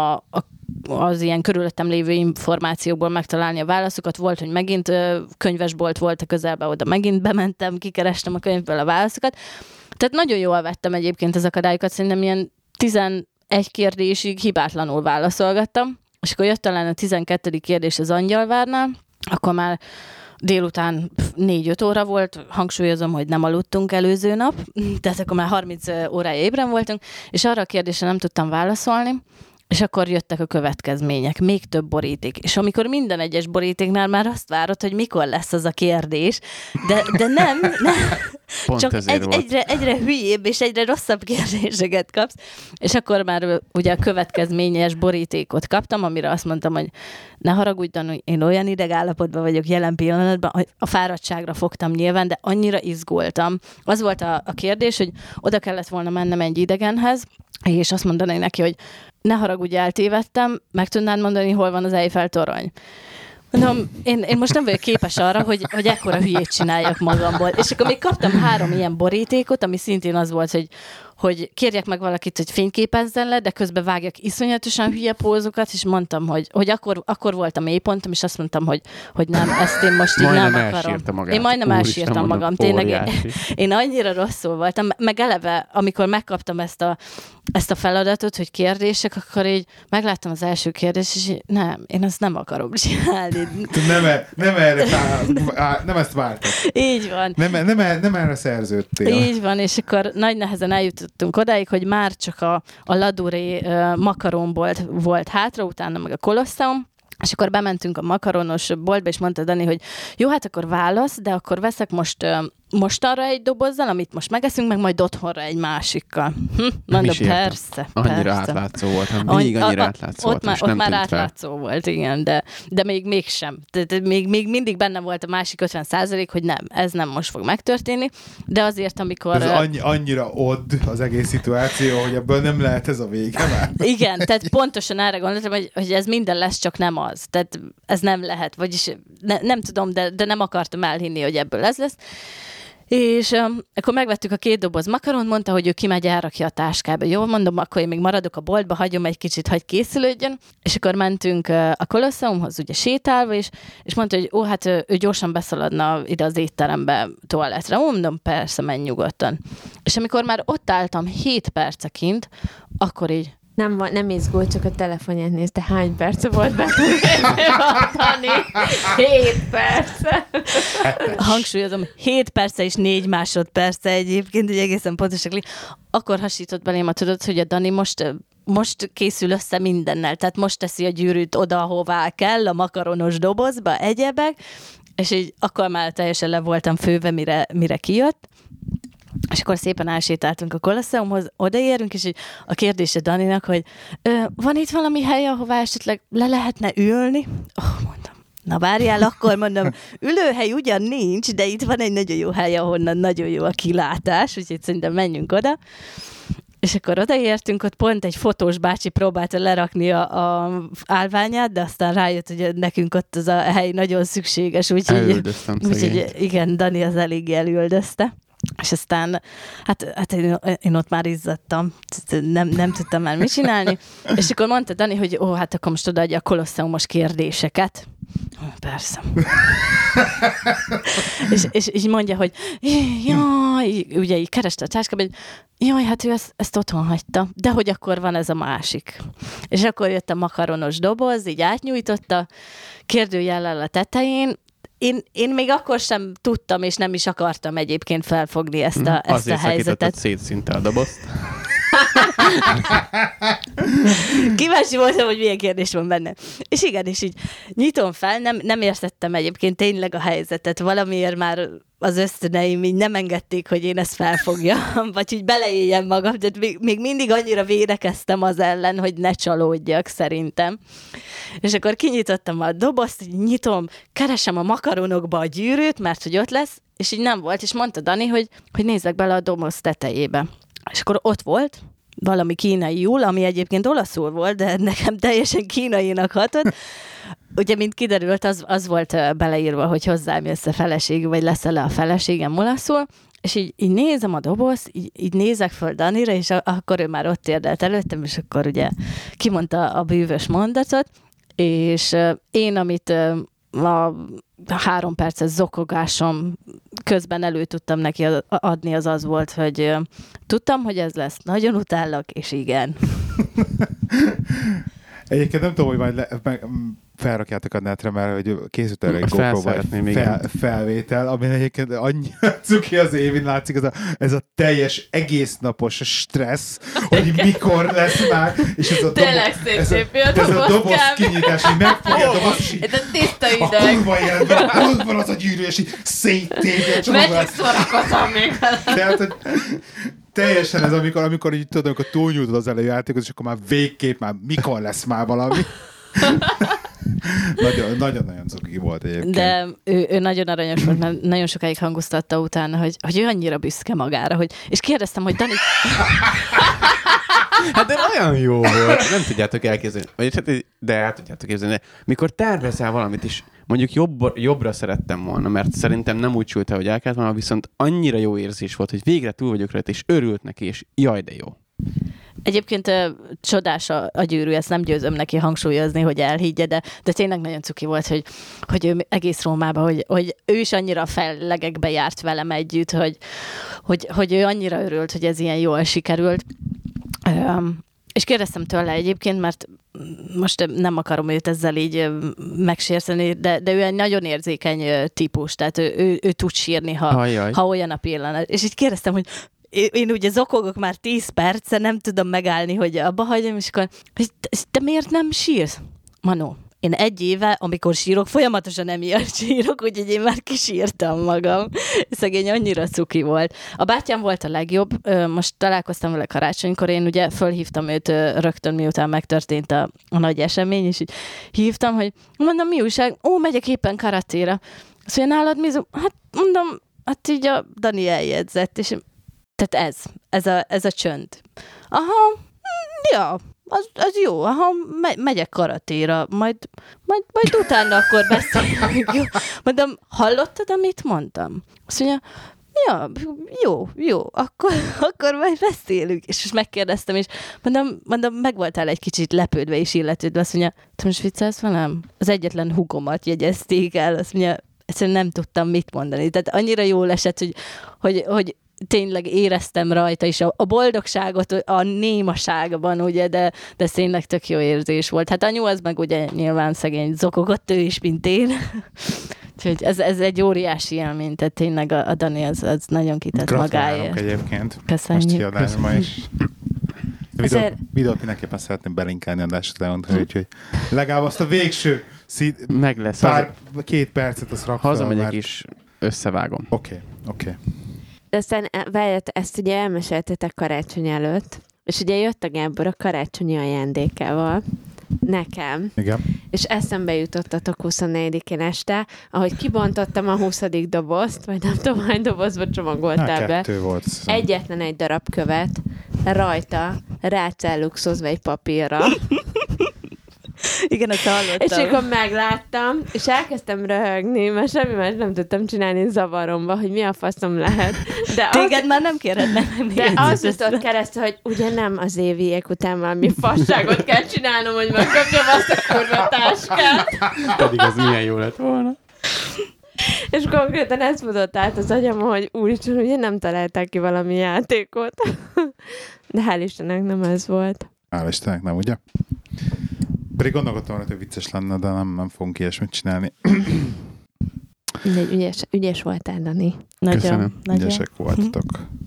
az ilyen körülöttem lévő információkból megtalálni a válaszokat. Volt, hogy megint könyvesbolt volt a közelben, oda megint bementem, kikerestem a könyvből a válaszokat. Tehát nagyon jól vettem egyébként az akadályokat, szerintem ilyen 11 kérdésig hibátlanul válaszolgattam, és akkor jött talán a 12. kérdés az Angyalvárnál, akkor már délután 4-5 óra volt, hangsúlyozom, hogy nem aludtunk előző nap, tehát akkor már 30 órája ébren voltunk, és arra a kérdésre nem tudtam válaszolni, és akkor jöttek a következmények, még több boríték. És amikor minden egyes borítéknál már azt várod, hogy mikor lesz az a kérdés, de nem. Csak egyre hülyébb és egyre rosszabb kérdéseket kapsz. És akkor már ugye a következményes borítékot kaptam, amire azt mondtam, hogy ne haragudj, Danu, én olyan idegállapotban vagyok jelen pillanatban, hogy a fáradtságra fogtam nyilván, de annyira izgultam. Az volt a kérdés, hogy oda kellett volna mennem egy idegenhez, és azt mondanék neki, hogy ne haragudj, eltévedtem, meg tudnád mondani, hol van az Eiffel-torony. Mondom, én most nem vagyok képes arra, hogy ekkora hülyét csináljak magamból. És akkor még kaptam 3 ilyen borítékot, ami szintén az volt, hogy kérjek meg valakit, hogy fényképezzen le, de közben vágjak iszonyatosan hülye pózokat, és mondtam, hogy akkor volt a mélypontom, és azt mondtam, hogy nem, ezt én most így nem akarom. Én majdnem elsírtam magam, tényleg. Én annyira rosszul voltam, meg eleve, amikor megkaptam ezt a feladatot, hogy kérdések, akkor így megláttam az első kérdést, és nem, én ezt nem akarom csinálni. Nem ezt vártam. Így van. Nem erre szerződtél. Így van, és akkor nagy nehezen eljutottunk odáig, hogy már csak a Laduré makaronbolt volt hátra, utána meg a Kolosseum, és akkor bementünk a makaronos boltba, és mondta Dani, hogy jó, hát akkor válasz, de akkor veszek most arra egy dobozzal, amit most megeszünk, meg majd otthonra egy másikkal. Mondom, persze. Annyira átlátszó volt, még annyira átlátszó volt, és nem már átlátszó volt, igen, de mégsem. Még mindig benne volt a másik 50%, hogy nem, ez nem most fog megtörténni, de azért, amikor... Ez annyira odd az egész szituáció, hogy ebből nem lehet ez a vége már. Igen, tehát pontosan erre gondoltam, hogy ez minden lesz, csak nem az. Tehát ez nem lehet, vagyis nem tudom, de nem akartam elhinni, hogy ebből ez lesz. És akkor megvettük a 2 doboz makaront, mondta, hogy ő kimegy, elrakja a táskába. Jó, mondom, akkor én még maradok a boltba, hagyom egy kicsit, hogy készülődjön. És akkor mentünk a Kolosseumhoz, ugye sétálva, és mondta, hogy hát ő gyorsan beszaladna ide az étterembe, toalettre. Mondom, persze, menj nyugodtan. És amikor már ott álltam 7 perce kint, akkor így Nem izgult, csak a telefonját nézte, hány perce volt betudni. 7 perce. Hangsúlyozom, 7 perce és 4 másodperce egyébként, ugye egészen pontosak. Akkor hasított belém a tudod, hogy a Dani most készül össze mindennel, tehát most teszi a gyűrűt oda, ahová kell, a makaronos dobozba, egyebek, és így akkor már teljesen le voltam főve, mire kijött. És akkor szépen elsétáltunk a Kolosseumhoz, odaérünk, és a kérdése Daninak, hogy van itt valami hely, ahová esetleg le lehetne ülni? Mondom, na várjál, akkor mondom, ülőhely ugyan nincs, de itt van egy nagyon jó hely, ahonnan nagyon jó a kilátás, úgyhogy szerintem menjünk oda. És akkor odaértünk, ott pont egy fotós bácsi próbálta lerakni a állványát, de aztán rájött, hogy nekünk ott az a hely nagyon szükséges, úgyhogy igen, Dani az eléggé elüldözte. És aztán, hát én ott már izzadtam, nem tudtam már mit csinálni, és akkor mondta Dani, hogy hát akkor most odaadja a kolosseumos kérdéseket. Persze. és így mondja, hogy jaj, ugye így kereste a táskában, hogy jaj, hát ő ezt otthon hagyta, de hogy akkor van ez a másik. És akkor jött a makaronos doboz, így átnyújtotta, kérdőjellel a tetején. Én még akkor sem tudtam, és nem is akartam egyébként felfogni ezt a helyzetet. Azért szakítottad szét szinte a dobozt. Kíváncsi voltam, hogy milyen kérdés van benne. És igen, és így nyitom fel, nem értettem egyébként tényleg a helyzetet. Valamiért már az ösztöneim így nem engedték, hogy én ezt felfogjam, vagy hogy beleéljem magam. Tehát még mindig annyira védekeztem az ellen, hogy ne csalódjak szerintem. És akkor kinyitottam a dobozt, így nyitom, keresem a makaronokba a gyűrűt, mert hogy ott lesz, és így nem volt. És mondta Dani, hogy nézzek bele a doboz tetejébe. És akkor ott volt valami kínaiul, ami egyébként olaszul volt, de nekem teljesen kínainak hatott. Ugye, mint kiderült, az volt beleírva, hogy hozzám jössz a feleség, vagy leszel-e a feleségem olaszul, és így nézem a dobozt, így nézek föl Danira, és akkor ő már ott térdelt előttem, és akkor ugye kimondta a bűvös mondatot, és én, amit a 3 perces zokogásom közben elő tudtam neki adni, az volt, hogy tudtam, hogy ez lesz, nagyon utállak, és igen. Egyébként nem tudom, hogy majd felrakjátok a netre, mert hogy készült erre egy GoPro felvétel, ami egyébként annyira cuki az Évin látszik, ez a teljes egésznapos stressz, hogy mikor lesz már, és ez a doboz kinyitás, hogy megfogja a doboz, és így a kurva életben, ott van az a gyűrű, és így széttépje. Meddig szórakozom még vele. Tehát, hogy teljesen ez, amikor így tudod, amikor túlnyújtod az előjátékot, és akkor már végképp már mikor lesz már valami. Nagyon-nagyon cuki volt egyébként. De ő nagyon aranyos volt, mert nagyon sokáig hangoztatta utána, hogy ő annyira büszke magára, és kérdeztem, hogy Dani... Hát de olyan jó volt. Nem tudjátok elképzelni. De el tudjátok képzelni. Mikor tervezel valamit is, mondjuk jobbra szerettem volna, mert szerintem nem úgy sült el, hogy el kellett volna, viszont annyira jó érzés volt, hogy végre túl vagyok rajta, és örült neki, és jaj, de jó. Egyébként csodás a gyűrű, ezt nem győzöm neki hangsúlyozni, hogy elhiggye, de tényleg nagyon cuki volt, hogy ő egész Rómában, hogy ő is annyira a fellegekbe járt velem együtt, hogy ő annyira örült, hogy ez ilyen jól sikerült. És kérdeztem tőle egyébként, mert most nem akarom őt ezzel így megsérteni, de ő egy nagyon érzékeny típus, tehát ő tud sírni, ha olyan a pillanat. És így kérdeztem, hogy én ugye zokogok már 10 perce, nem tudom megállni, hogy abba hagyjam, és akkor, te miért nem sírsz? Manó, én 1 éve, amikor sírok, folyamatosan emiatt sírok, úgyhogy én már kisírtam magam. Szegény annyira cuki volt. A bátyám volt a legjobb, most találkoztam vele karácsonykor, én ugye fölhívtam őt rögtön, miután megtörtént a nagy esemény, és így hívtam, hogy mondom, mi újság? Megyek éppen karatéra. Azt mondja, nálad mi? Hát mondom, hát így a Dani eljegyzett, és tehát ez a csönd. Aha, ja, az jó, megyek karatéra, majd utána akkor beszélünk. Mondom, hallottad, amit mondtam? Azt mondja, ja, jó, akkor majd beszélünk. És most megkérdeztem, és mondom, meg voltál egy kicsit lepődve és illetődve. Azt mondja, te most viccelsz velem? Az egyetlen hugomat jegyezték el. Azt mondja, egyszerűen nem tudtam mit mondani. Tehát annyira jól esett, hogy tényleg éreztem rajta is a boldogságot a némaságban, ugye, de tényleg tök jó érzés volt. Hát anyu az meg ugye nyilván szegény zokogott ő is, mint én. Úgyhogy ez egy óriási élmény, tehát tényleg a Dani az nagyon kitett magáért. Egyébként. Köszönjük. Most kiadásban is. Videót mindenképpen szeretném belinkelni adásra leontani, úgyhogy legalább azt a végső meg lesz. 2 percet azt rak fel. Hazamegyek is összevágom. Oké. De aztán ezt ugye elmeséltétek karácsony előtt, és ugye jött a Gábor a karácsonyi ajándékával nekem. Igen. És eszembe jutottatok 24-én este, ahogy kibontottam a 20. dobozt, vagy nem tudom, hány dobozba csomagoltál be. 2 volt. Egyetlen egy darab követ, rajta rácelluxozva egy papírra. Igen, azt hallottam. És akkor megláttam, és elkezdtem röhögni, mert semmi más nem tudtam csinálni zavaromba, hogy mi a faszom lehet. De téged már nem kérhetne. De az jutott keresztül, hogy ugye nem az éviek után valami fasságot kell csinálnom, hogy megkapjam azt a kurva táskát. Pedig az milyen jó lett volna. És konkrétan ez futott át az agyam, hogy úristen, ugye nem találták ki valami játékot. De hál' Istennek nem ez volt. Hál' Istennek nem, ugye? Pedig gondolkodtam, hogy vicces lenne, de nem fogunk ilyesmit csinálni. Mindegy, ügyes voltál, Dani. Köszönöm. Ügyesek voltatok.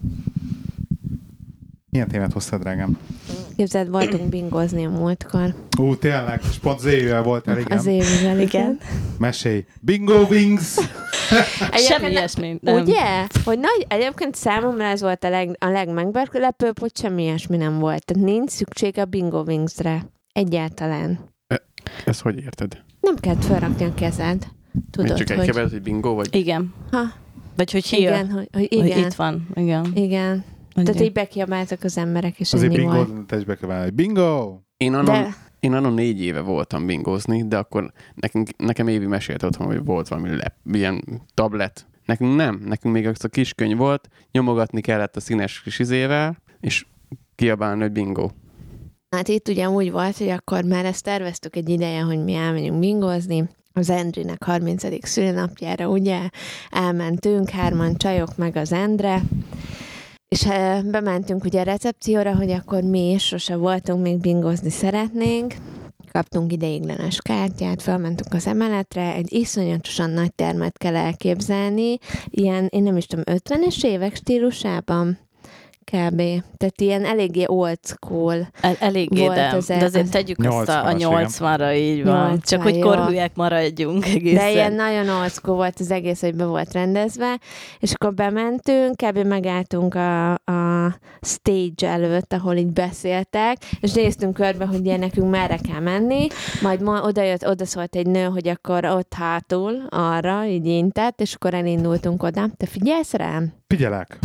Milyen témát hoztad, drágám? Képzeld, voltunk bingozni a múltkor. Tényleg, és pont az évvel voltál, igen. Az évvel, igen. Mesélj. Bingo wings! Semmi ilyesmi. Nem. Ugye? Hogy egyébként számomra ez volt a legmeglepőbb, hogy semmi ilyesmi nem volt. Tehát nincs szükség a bingo wingsre. Egyáltalán. Ezt hogy érted? Nem kell felrakni a kezed. Tudod, csak egy kebez, hogy bingo, vagy? Igen. Ha. Vagy hogy igen, hogy igen. Hogy itt van. Igen. Igen. Tehát így bekiabáltak az emberek, és azért ennyi volt. bingo, te is be kell válni, hogy bingo! Én annon 4 éve voltam bingozni, de akkor nekem Évi mesélt otthon, hogy volt valami ilyen tablet. Nekünk nem. Nekünk még az a kiskönyv volt, nyomogatni kellett a színes kis izével, és kiabálni, hogy bingo. Hát itt ugye úgy volt, hogy akkor már ezt terveztük egy ideje, hogy mi elmegyünk bingozni. Az Endrének 30. szülinapjára, ugye, elmentünk, 3 csajok meg az Endre, és bementünk ugye a recepcióra, hogy akkor mi is sose voltunk, még bingozni szeretnénk. Kaptunk ideiglenes kártyát, felmentünk az emeletre, egy iszonyatosan nagy termet kell elképzelni, ilyen, én nem is tudom, 50-es évek stílusában. Kb. Tehát ilyen eléggé old school. Eléggé, volt de azért tegyük azt a 80-ra, így van. 80, csak hogy korhűek maradjunk egészen. De ilyen nagyon old school volt az egész, hogy be volt rendezve, és akkor bementünk, kb. Megálltunk a stage előtt, ahol így beszéltek, és néztünk körbe, hogy ilyen nekünk merre kell menni, majd oda szólt egy nő, hogy akkor ott hátul, arra, így intett, és akkor elindultunk oda. Te figyelsz rám? Figyelek.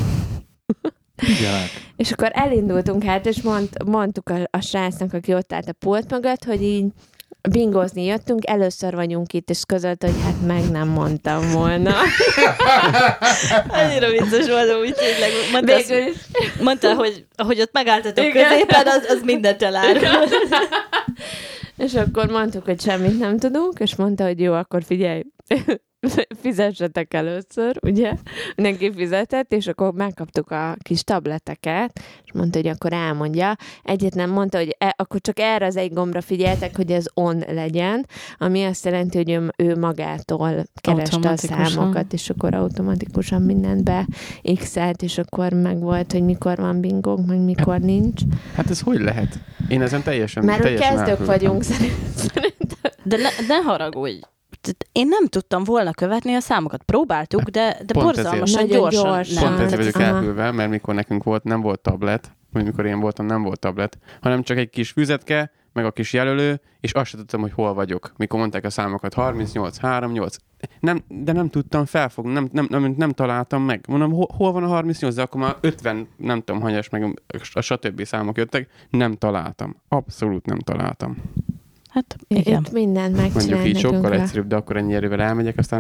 És akkor elindultunk hát, és mondtuk a srácnak, aki ott állt a pult mögött, hogy így bingozni jöttünk, először vagyunk itt, és közölt, hogy hát meg nem mondtam volna. Annyira vicces volt, úgy tényleg. Mondta, hogy ahogy ott megálltatok középen, az mindent elárul. És akkor mondtuk, hogy semmit nem tudunk, és mondta, hogy jó, akkor figyelj, fizessetek először, ugye? Mindenki fizetett, és akkor megkaptuk a kis tableteket, és mondta, hogy akkor elmondja. Egyet nem mondta, hogy akkor csak erre az egy gombra figyeltek, hogy ez on legyen, ami azt jelenti, hogy ő magától kereste a számokat, és akkor automatikusan mindent be-x-elt, és akkor megvolt, hogy mikor van bingónk, meg mikor nincs. Hát ez hogy lehet? Én ezen teljesen mert kezdők vagyunk szerintem. De ne haragudj. Én nem tudtam volna követni a számokat. Próbáltuk, de borzalmasan gyorsan. Pont ezért vagyok elhűlve, mert mikor nekünk nem volt tablet, vagy mikor én voltam, nem volt tablet, hanem csak egy kis füzetke, meg a kis jelölő, és azt sem tudtam, hogy hol vagyok. Mikor mondták a számokat, 38, 38. De nem tudtam felfogni, nem találtam meg. Mondom, hol van a 38, de akkor már 50, nem tudom, hanyas, meg a stb. Számok jöttek. Nem találtam. Abszolút nem találtam. Hát igen. Itt mindent megcsinálni. Mondjuk így sokkal egyszerűbb, de akkor ennyi erővel elmegyek, aztán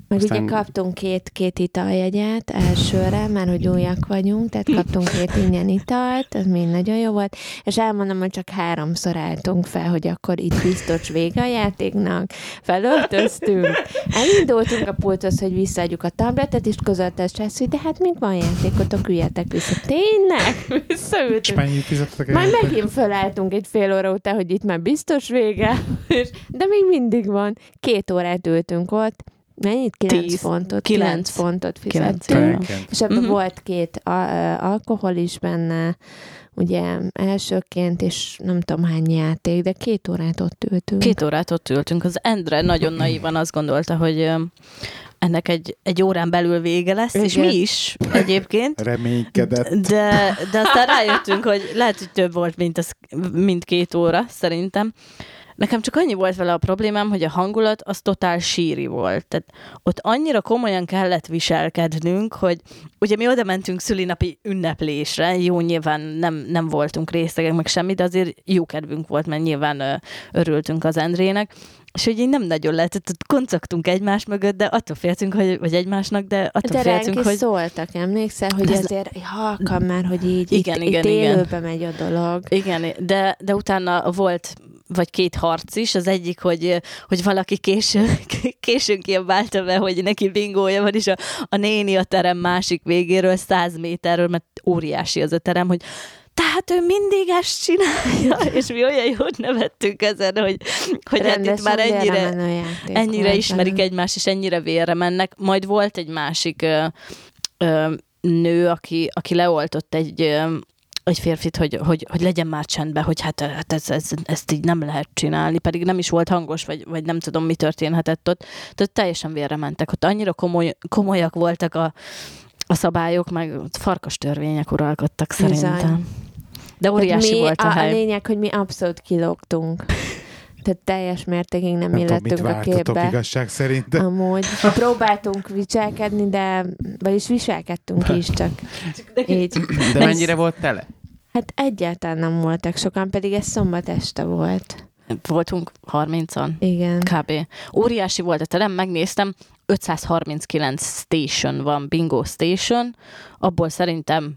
Meg Aztán- ugye kaptunk két italjegyet elsőre, mert hogy újak vagyunk, tehát kaptunk 2 ingyen italt, ez mind nagyon jó volt, és elmondom, hogy csak 3-szor álltunk fel, hogy akkor itt biztos vége a játéknak, felöltöztünk, elindultunk a pulthoz, hogy visszaadjuk a tabletet, és közölte a stressz, hogy de hát még van játékotok, üljetek vissza. Tényleg? És Visszaültünk. mennyit fizettek? Majd megint fölálltunk egy fél óra után, hogy itt már biztos vége, de még mindig van. 2 órát ültünk ott, mennyit? 9 10. fontot. 9. 9 fontot 9. fizettünk. Fejenként. És ebben Mhm. volt 2 alkohol is benne, ugye elsőként, és nem tudom hány játék, de 2 órát ott ültünk. 2 órát ott ültünk. Az Endre nagyon naívan azt gondolta, hogy ennek egy órán belül vége lesz, és Igen. mi is egyébként. Reménykedett. De aztán rájöttünk, hogy lehet, hogy több volt, mint 2 óra, szerintem. Nekem csak annyi volt vele a problémám, hogy a hangulat az totál síri volt. Tehát ott annyira komolyan kellett viselkednünk, hogy ugye mi oda mentünk szülinapi ünneplésre, jó, nyilván nem voltunk részegek, meg semmi, de azért jó kedvünk volt, mert nyilván örültünk az Endrének, és hogy így nem nagyon lehetett, ott koncogtunk egymás mögött, de attól féltünk, hogy egymásnak, de attól De ránk féltünk, is hogy... szóltak, emlékszel, hogy Ez- azért halkan már, hogy így Igen, itt igen. élőbe megy a dolog. Igen, de utána volt vagy 2 harc is, az egyik, hogy valaki későn kiabálta be, hogy neki bingója van, és a néni a terem másik végéről, 100 méterről, mert óriási az a terem, hogy tehát ő mindig ezt csinálja, és mi olyan jót nevettünk ezen, hogy hát itt már ennyire ismerik egymást, és ennyire vérre mennek. Majd volt egy másik nő, aki leoltott egy férfit, hogy legyen már csendben, hogy hát ezt így nem lehet csinálni, pedig nem is volt hangos, vagy nem tudom, mi történhetett ott. Tehát teljesen vérre mentek. Ott annyira komolyak voltak a szabályok, meg farkas törvények uralkodtak szerintem. Bizony. De óriási volt a hely. A lényeg, hogy mi abszolút kilógtunk. Tehát teljes mértékig nem Nem tudom, mit illettünk a vártatok képbe. igazság szerint. Amúgy próbáltunk viselkedni, vagyis viselkedtünk is, csak így. De mennyire volt tele? Hát egyáltalán nem voltak sokan, pedig ez szombat este volt. Voltunk 30-an. Igen. Kb. Óriási volt a terem, megnéztem, 539 station van, bingo station, abból szerintem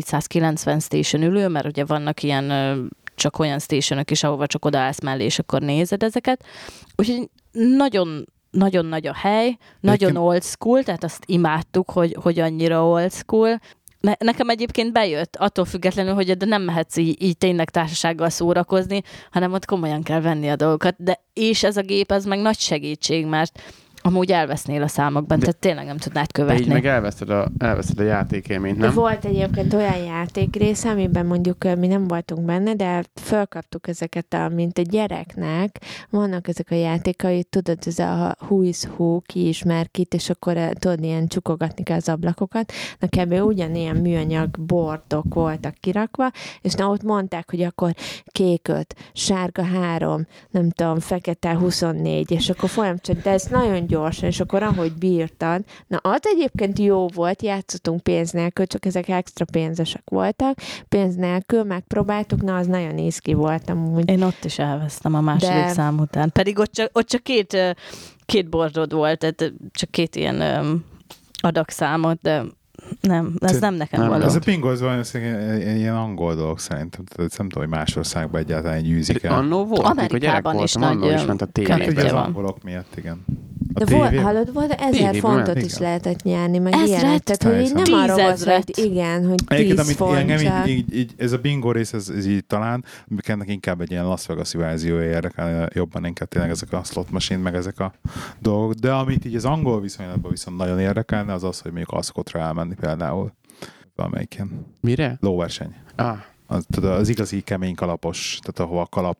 490 station ülő, mert ugye vannak ilyen csak olyan stationok is, ahova csak odaállsz mellé, és akkor nézed ezeket. Úgyhogy nagyon nagy a hely, nagyon old school, tehát azt imádtuk, hogy annyira old school. Nekem egyébként bejött, attól függetlenül, hogy de nem mehetsz így tényleg társasággal szórakozni, hanem ott komolyan kell venni a dolgokat. És ez a gép, ez meg nagy segítség, mert amúgy elvesznél a számokban, tehát tényleg nem tudnád De követni. így meg elveszted a játékélményt, nem? Volt egyébként olyan játékrész, amiben mondjuk mi nem voltunk benne, de fölkaptuk ezeket, mint a gyereknek. Vannak ezek a játékai, tudod, ez a who is who, ki ismer kit, és akkor tudod, ilyen csukogatni kell az ablakokat. Na kb. Ugyanilyen műanyag bordok voltak kirakva, és na ott mondták, hogy akkor kék 5, sárga 3, nem tudom, fekete 24, és akkor folyamatosan, de ez nagyon gyorsan, és akkor ahogy bírtad. Na, az egyébként jó volt, játszottunk pénz nélkül, csak ezek extra pénzesek voltak. Pénz nélkül megpróbáltuk, na, az nagyon izgi volt amúgy. Én ott is elvesztem a második szám után. Pedig ott csak két bordod volt, tehát csak 2 ilyen adagszámot, de nem, ez nem nekem való. Ez a bingo, az valószínűleg ilyen angol dolog szerintem. Tehát nem tudom, hogy más országban egyáltalán így űzik el. Annó volt, amikor gyerek Amerikában is voltam, annó nagy is ment a Hát ugye Ugye az van. angolok miatt, igen. De hallod, volt 1000 tévében fontot ment, is igen. lehetett nyerni, meg 1000? ilyenek. Tehát, hogy így nem 10 arról volt, 000. hogy igen, hogy 10 Egyébként, amit font engem csak. így, ez a bingo rész, ez így talán, ennek inkább egy ilyen Las Vegas-i verziója érdekel, jobban inkább tényleg ezek a slot machine, meg ezek a dolgok. De amit így az angol viszonylatban viszont nagyon érdekelne, az az, hogy mondjuk Ascotra elmenni például valamelyik ilyen Mire? lóverseny. Tudod, az igazi kemény kalapos, tehát ahova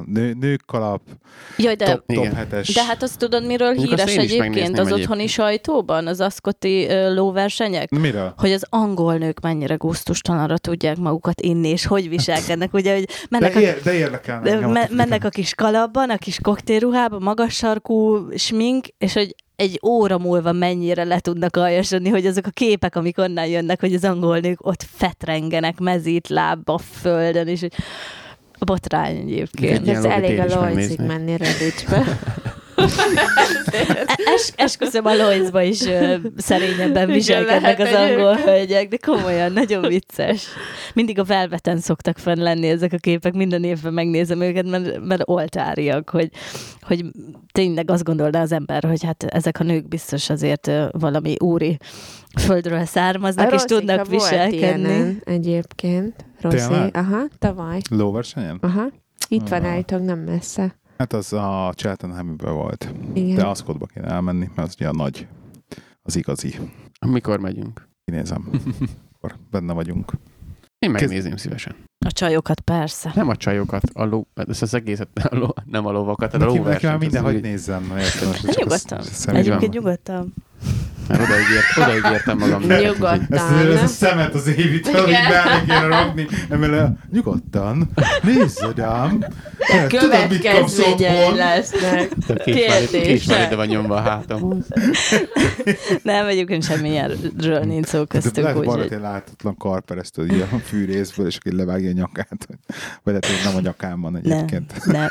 nők kalap, Jaj, top Igen. 7-es. de hát azt tudod, miről Mondjuk azt híres én is egyébként megnézném az otthoni egyébként. sajtóban, az aszkoti lóversenyek? Miről? Hogy az angol nők mennyire gusztustalanra tudják magukat inni, és hogy viselkednek, ugye, hogy mennek, De érdekelne engem. mennek a kis kalapban, a kis koktélruhában, magas sarkú smink, és hogy egy óra múlva mennyire le tudnak aljasodni, hogy azok a képek, amik onnan jönnek, hogy az angol nők ott fetrengenek mezít lábba a földön, és a botrány egyébként. Ilyen Ez logit elég én is a lojcig megnéznék. menni Redditbe. Esküszöm, a Loisba is szerényebben viselkednek az angol hölgyek, de komolyan, nagyon vicces. Mindig a Velveten szoktak fenn lenni ezek a képek, minden évben megnézem őket, mert oltáriak, hogy tényleg azt gondolná az ember, hogy hát ezek a nők biztos azért valami úri földről származnak, és tudnak viselkedni. Egyébként. Rossi, aha, tavaly. Lóversenyen? Aha. Itt van állítólag, nem messze. Hát az a Cheltenhamben volt. Igen. De Ascotba kéne elmenni, mert az ugye a nagy, az igazi. Mikor megyünk? Kinézem. Akkor benne vagyunk. Én megnézném szívesen. A csajokat persze. Nem a csajokat, ezt az egészet, nem a lovakat, tehát a Neki lóversenyt. már minden, hogy nézzen. Nyugodtan. Egyébként nyugodtan. Mert odaígértem magam. Nyugodtan. Ez a szemet az évitől, hogy bárni kéne rakni. Emele, nyugodtan, nézzed ám. Következményei lesznek. Kés már ide van nyomva a hátamhoz. Nem, egyébként semmilyenről nincs szó köztük. Lehet valami láthatatlan karperesztő a fűrészből, és aki levágja a nyakát. Vagy lehet, hogy nem a nyakán van egyébként. Nem.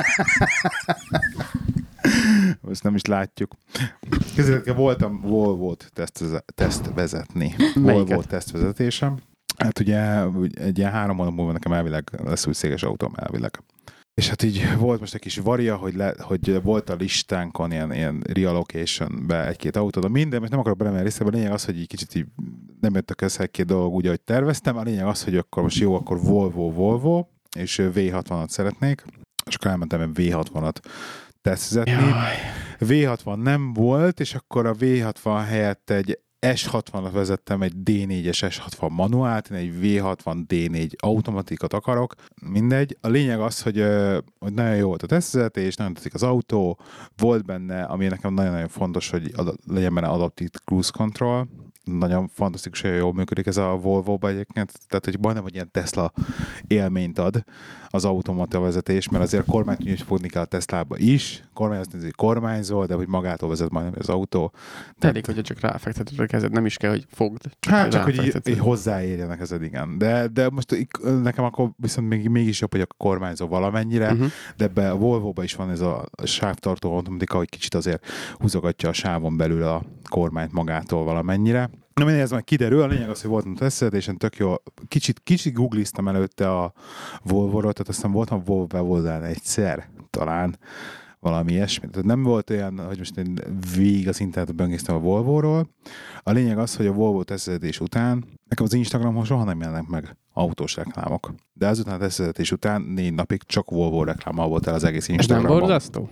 Ezt nem is látjuk. Közben voltam Volvo-t tesztvezetni. Volvo tesztvezetésem. Hát ugye egy ilyen 3 hónap múlva nekem elvileg lesz új széges autóm elvileg. És hát így volt most egy kis varia, hogy volt a listánkon ilyen reallocation-be 1-2 autó, de minden, most nem akarok belemenni részebe, a lényeg az, hogy így kicsit így nem jöttek össze 1-2 dolog úgy, ahogy terveztem. A lényeg az, hogy akkor most jó, akkor Volvo, és V60-at szeretnék, és akkor elmentem egy V60-at tesztvezetni. V60 nem volt, és akkor a V60 helyett egy S60-at vezettem, egy D4-es S60 manuált, én egy V60 D4 automatikat akarok, mindegy. A lényeg az, hogy nagyon jó volt a tesztvezetés, nagyon tetszik az autó, volt benne, ami nekem nagyon-nagyon fontos, hogy legyen benne Adaptive Cruise Control, nagyon fantasztikus, hogy jól működik ez a Volvo-ba egyébként, tehát hogy majdnem, hogy ilyen Tesla élményt ad az automata vezetés, mert azért a kormányt úgy fogni kell a Teslába is, kormányzol, de hogy magától vezet majdnem az autó. Elég, hogyha csak ráfekteted a kezed, nem is kell, hogy fogd. Hát csak, hogy így hozzáérjenek ezed, igen. De most nekem akkor viszont mégis jobb, hogy a kormányzó valamennyire, de ebbe a Volvo-ba is van ez a sávtartó automatika, hogy kicsit azért húzogatja a sávon belül a kormányt magától valamennyire. Na mindegy, ez már kiderül, a lényeg az, hogy voltam tesztelésen, tök jó. Kicsit googliztam előtte a Volvo-ról, tehát aztán voltam Volvo-be egyszer, talán valami ilyesmi. Tehát nem volt olyan, hogy most én végig az internetet böngésztem a Volvo-ról. A lényeg az, hogy a Volvo tesztelése után nekem az Instagramon soha nem jelennek meg autós reklámok. De azután a tesztelése után 4 napig csak Volvo reklámmal volt el az egész Instagramon. Ez nem borzasztó?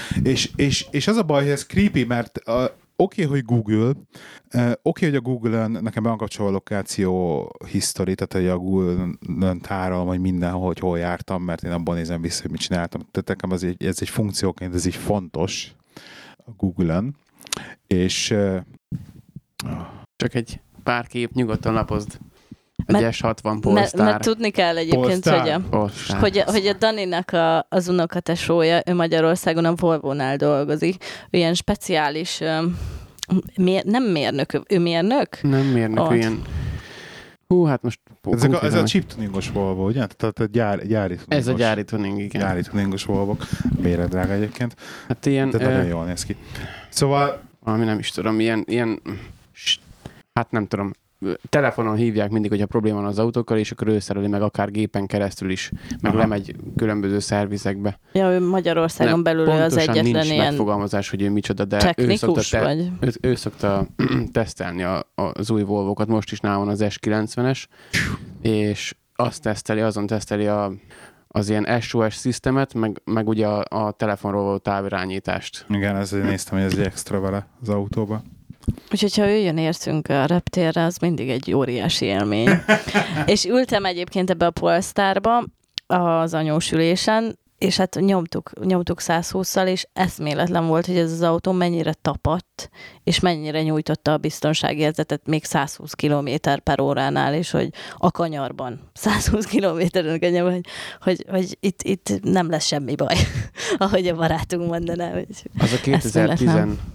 És az a baj, hogy ez creepy, mert Oké, hogy Google, hogy a Google-ön nekem be van kapcsolva a lokáció history, tehát hogy a Google-ön tárolom, hogy mindenhol, hogy hol jártam, mert én abban nézem vissza, hogy mit csináltam. Tehát nekem ez egy funkcióként, ez így fontos a Google-ön. És csak egy pár kép, nyugodtan lapozd. Egy S60 Polestar. Mert tudni kell egyébként, hogy a Daninak az unokatesója, ő Magyarországon a Volvo-nál dolgozik. Ő ilyen speciális, nem mérnök, ő mérnök? Nem mérnök, ő ilyen... hát most... Ez a chip-tuningos Volvo, ugye? Tehát a gyári tuningos. Ez a gyári tuning, igen. Gyári tuningos Volvo-k. Mére drága egyébként. Hát ilyen... De nagyon jól néz ki. Szóval... Valami nem is tudom, ilyen... Hát nem tudom. Telefonon hívják mindig, hogyha probléma van az autókkal, és akkor ő szereli meg akár gépen keresztül is, meg lemegy különböző szervizekbe. Ja, ő Magyarországon belül az egyetlen nincs ilyen megfogalmazás, hogy ő micsoda, de technikus ő szokta tesztelni az új Volvo-kat, most is nálam az S90-es, és azon teszteli az ilyen SOS szisztemet, meg ugye a telefonról való távirányítást. Igen, ezért néztem, hogy ez egy extra vele az autóba. Úgyhogy ha ő jön értünk a reptérre, az mindig egy óriási élmény. És ültem egyébként ebbe a Polestarba az anyós ülésen, és hát nyomtuk 120-szal, és eszméletlen volt, hogy ez az autó mennyire tapadt, és mennyire nyújtotta a biztonságérzetet még 120 km/óránál, és hogy a kanyarban 120 km/h kanyarban, hogy itt nem lesz semmi baj, ahogy a barátunk mondaná. Az a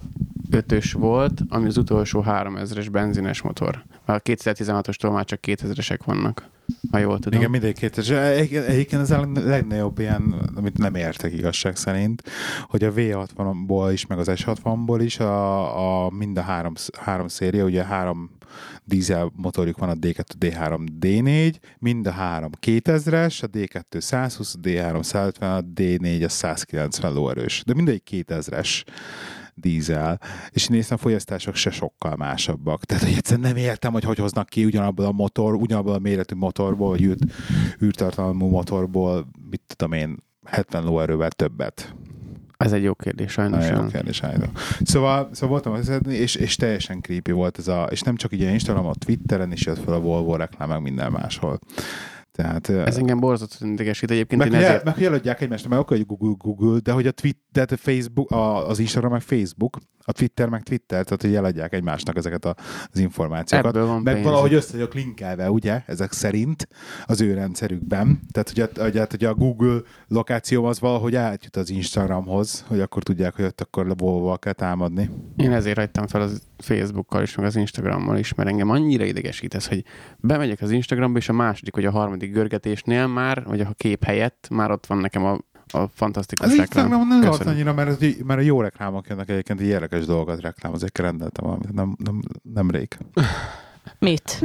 5-ös volt, ami az utolsó 3000-es benzines motor. A 2016-ostól már csak 2000-esek vannak, ha jól tudom. Igen, mindegy 2000. Egyébként ez a legnagyobb ilyen, amit nem értek igazság szerint, hogy a V60-ból is, meg az S60-ból is mind a három széria, ugye 3 dízel motorjuk van, a D2, D3, D4, mind a 3 2000-es, a D2 120, a D3 150, a D4 a 190 lóerős. De mindegy 2000-es dízel, és néztem, a fogyasztások se sokkal másabbak. Tehát, hogy egyszerűen nem értem, hogy hoznak ki ugyanabból a méretű motorból, vagy űrtartalmú motorból, mit tudom én, 70 lóerővel többet. Ez egy jó kérdés, sajnos. Nagyon jó kérdés, Szóval voltam és teljesen creepy volt ez és nem csak így Instagramon, Twitteren is jött fel a Volvo reklám, meg minden máshol. Tehát, ez engem borzasztóan idegesít egyébként. Meg hogy eladják egymást, mert oké, hogy Google, de hogy a Facebook, az Instagram meg Facebook, a Twitter meg Twitter, tehát hogy eladják egymásnak ezeket az információkat. Meg pénz. Valahogy össze vagyok linkelve, ugye, ezek szerint az ő rendszerükben. Tehát hogy a Google lokáció az valahogy átjut az Instagramhoz, hogy akkor tudják, hogy ott akkor Volvo-val kell támadni. Én ezért hagytam fel az Facebookkal is, meg az Instagrammal is, mert engem annyira idegesít ez, hogy bemegyek az Instagramba, és a második, vagy a harmadik görgetésnél már, vagy a kép helyett már ott van nekem a fantasztikus az reklám. Az Instagramon nem tart annyira, mert a jó reklámok jönnek egyébként, érdekes dolgokat reklámozik, rendeltem valamit, nemrég. Mit?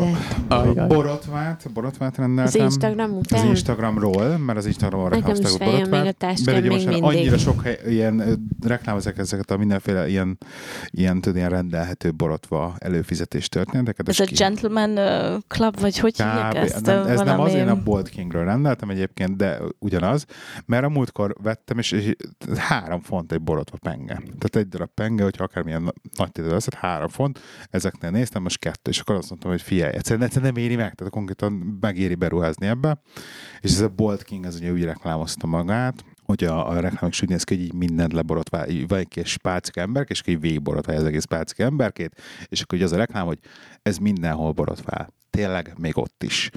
Borotvát rendeltem. Az Instagram után? Az Instagramról, mert az Instagramon reklámozták a borotvát. Még a táskám még mindig. Annyira sok ilyen reklámozzák ezeket a mindenféle ilyen rendelhető borotva előfizetés történeteket. Ez a Gentleman Club, vagy hogy hívják ezt? Ez nem az, én a Bolt Kingről rendeltem egyébként, de ugyanaz, mert a múltkor vettem, és 3 font egy borotva penge. Tehát egy darab penge, hogyha akármilyen nagy tétel veszed, 3 font, ezeknél néztem, most 2, és akkor azt mondtam, hogy figyelj, egyszerűen nem éri meg, tehát konkrétan megéri beruházni ebbe, és ez a Bolt King, az ugye úgy reklámozta magát, hogy a reklám is úgy néz ki, hogy így mindent leborotvál, van egy kis pálcika emberke, és így végigborotválja az egész pálcika emberkét, és akkor az a reklám, hogy ez mindenhol borotvál. Tényleg, még ott is.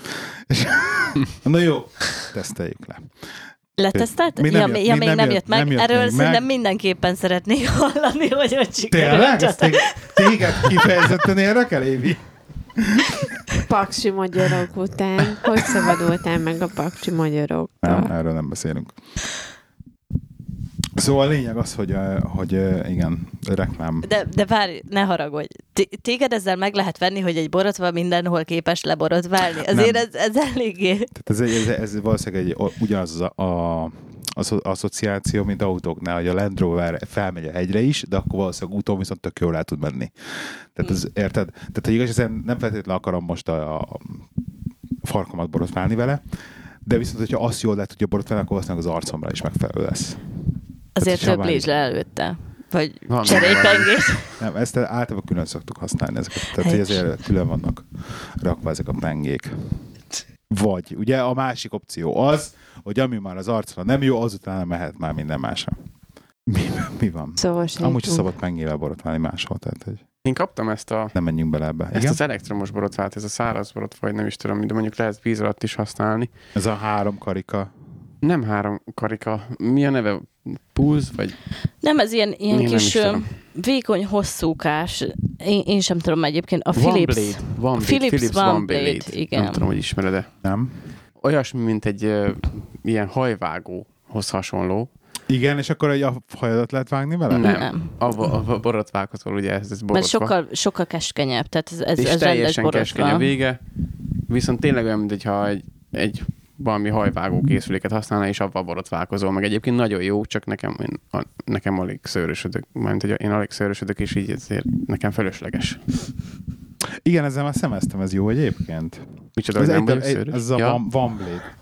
Na jó, teszteljük le. Letesztelt? Még nem jött meg. Erről szerintem mindenképpen szeretnék hallani, hogy hogy sikerült. Tényleg? Téged kifejezetten érdekel, Évi? Paksi magyarok után. Hogy szabadultál meg a paksi magyaroktól? Nem, erről nem beszélünk. Szóval a lényeg az, hogy igen, reklám. De várj, ne haragudj. Téged ezzel meg lehet venni, hogy egy borotva mindenhol képes leborotválni? Azért ez eléggé... Tehát ez valószínűleg ugyanaz az asszociáció, mint autóknál, hogy a Land Rover felmegy a hegyre is, de akkor valószínűleg úton viszont tök jól el tud menni. Tehát érted? Tehát hogy igaz, nem feltétlenül akarom most a farkamat borotválni vele, de viszont, hogyha azt jól le tudja borotválni, akkor valószínűleg az arcomra is megfelelő lesz. Azért több légy le előtte. Vagy cserépengés. Nem, ezt általában külön szoktuk használni ezeket. Tehát, hogy ezért külön vannak rakva ezek a pengék. Vagy, ugye a másik opció az, hogy ami már az arcra nem jó, azután mehet már minden másra. Mi van? Szóval amúgy sem szabad pengével borotválni máshol. Tehát, hogy én kaptam ezt nem menjünk bele ebbe. Ezt az elektromos borotvát, ez a száraz borotva, vagy nem is tudom, de mondjuk lehet víz alatt is használni. Ez a 3 karika. Nem 3 karika. Mi a neve? Pulse? Vagy... Nem, ez ilyen kis vékony, hosszúkás. Én sem tudom egyébként. A Philips One Blade. Igen. Nem tudom, hogy ismered-e. Nem. Olyasmi, mint egy ilyen hajvágóhoz hasonló. Igen, és akkor a hajadat lehet vágni vele? Nem. A borotvákhoz ugye ez borotva. Mert sokkal keskenyebb, tehát ez és rendes teljesen borotva. keskeny a vége, viszont tényleg olyan, mintha egy valami hajvágó készüléket használná, és avval borotválkozol. Meg egyébként nagyon jó, csak nekem alig szőrösödök. Mert én alig szőrösödök, és így ezért nekem felesleges. Igen, ezzel már szemeztem, ez jó egyébként. Micsoda, ez nem vagyok szőrös? Ez a One Blade.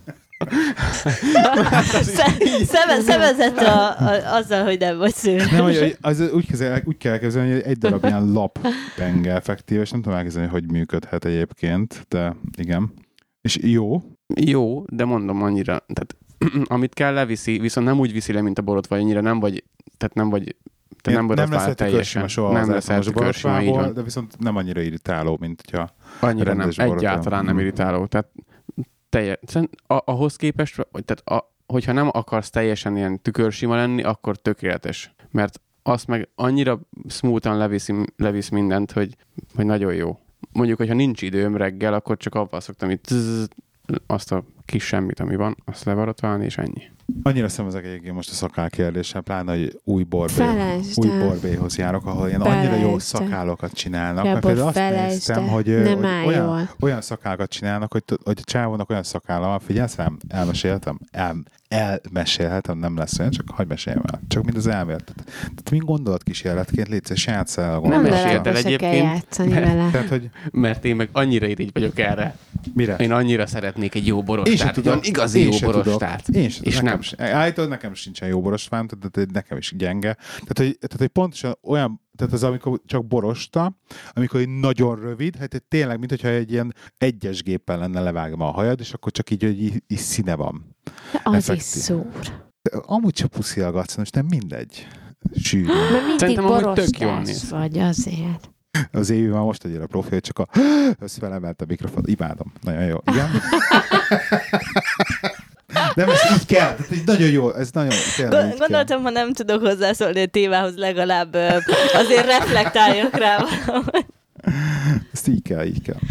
Szemezett azzal, hogy nem vagy szőrös. Nem, az úgy kell elképzelni, hogy egy darab ilyen lap penge effektív, és nem tudom elképzelni, hogy működhet egyébként, de igen. És jó? Jó, de mondom annyira, tehát amit kell leviszi, viszont nem úgy viszi le, mint a borotva, annyira nem vagy, tehát nem vagy, te nem borotvál teljesen. Nem lesz eltükörséme, de viszont nem annyira irritáló, mint hogyha annyira nem, egyáltalán nem irritáló. Tehát ahhoz képest, tehát hogyha nem akarsz teljesen ilyen tükörsima lenni, akkor tökéletes. Mert azt meg annyira smoothan levisz mindent, hogy nagyon jó. Mondjuk, hogyha nincs időm reggel, akkor csak abban szoktam itt azt a kis semmit, ami van, azt levaratválni, és ennyi. Annyira szemezek egyébként most a szakál kérdéssel, pláne, hogy új borbéhoz járok, ahol ilyen annyira jó szakállokat csinálnak. Mert például azt néztem, hogy olyan szakállokat csinálnak, hogy a csávónak olyan szakálla van, figyelsz rám, elmesélhetem, nem lesz olyan, csak hagyj meséljem el. Csak mint az elméletet. Tehát mind gondolatkísérletként létsz, és játsz el a gondolatokat. Nem egyébként, játszani vele. Tehát, hogy... mert én meg annyira irigy vagyok erre. Mire? Én annyira szeretnék egy jó borostát. Tudom, igazi jó borostát. És nem. Állítólag nekem sincsen jó borostvám, tehát nekem is gyenge. Tehát, hogy pontosan olyan, tehát az, amikor csak borosta, amikor így nagyon rövid, hát tényleg, mintha egy ilyen egyes géppel lenne levágva a hajad, és akkor csak így színe van. Az effektív. Is szúr. Amúgy csak puszilgatsz, most nem mindegy. Sűrű. Mert mindig borostás vagy azért. Az Évi már most egyre a profi, hogy csak felemelt a mikrofon. Imádom. Nagyon jó. Igen? Nem, ez így kell. Tehát így nagyon jó. Ez nagyon tényleg Gondoltam, ha nem tudok hozzászólni a témához, legalább azért reflektáljak rá valahogy. Ezt így kell.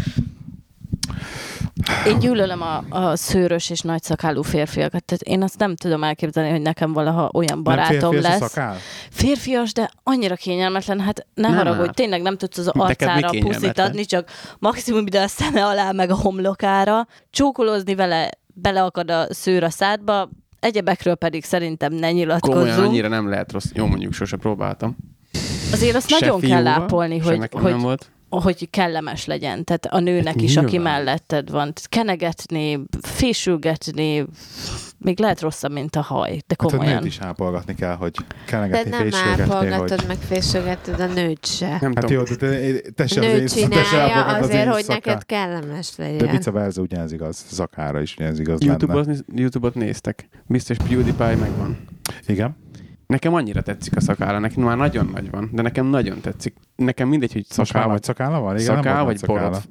Én gyűlölöm a szőrös és nagyszakálú férfiakat. Tehát én azt nem tudom elképzelni, hogy nekem valaha olyan barátom nem lesz. A szakál? Férfias, de annyira kényelmetlen. Hát ne haragudj, tényleg nem tudsz az arcára puszit adni, csak maximum ide a szeme alá, meg a homlokára. Csókolózni vele, beleakad a szőr a szádba, egyebekről pedig szerintem ne nyilatkozzunk. Komolyan annyira nem lehet rossz. Jó, mondjuk sose próbáltam. Azért azt se nagyon kell ápolni, hogy kellemes legyen. Tehát a nőnek is, aki melletted van. Kenegetni, fésülgetni, még lehet rosszabb, mint a haj, de komolyan. Hát a nőt is ápolgatni kell, hogy kenegetni, fésülgetni. De nem ápolgatod, meg fésülgeted a nőt se. Nem hát jó, te se nőt csinálja azért, hogy neked kellemes legyen. De vice versa ugyanez igaz, szakára is ugyanez igaz YouTube-ot néztek. Biztos PewDiePie megvan. Igen. Nekem annyira tetszik a szakála, nekem már nagyon nagy van, de nekem nagyon tetszik. Nekem mindegy, hogy szakála van? Igen, szakál vagy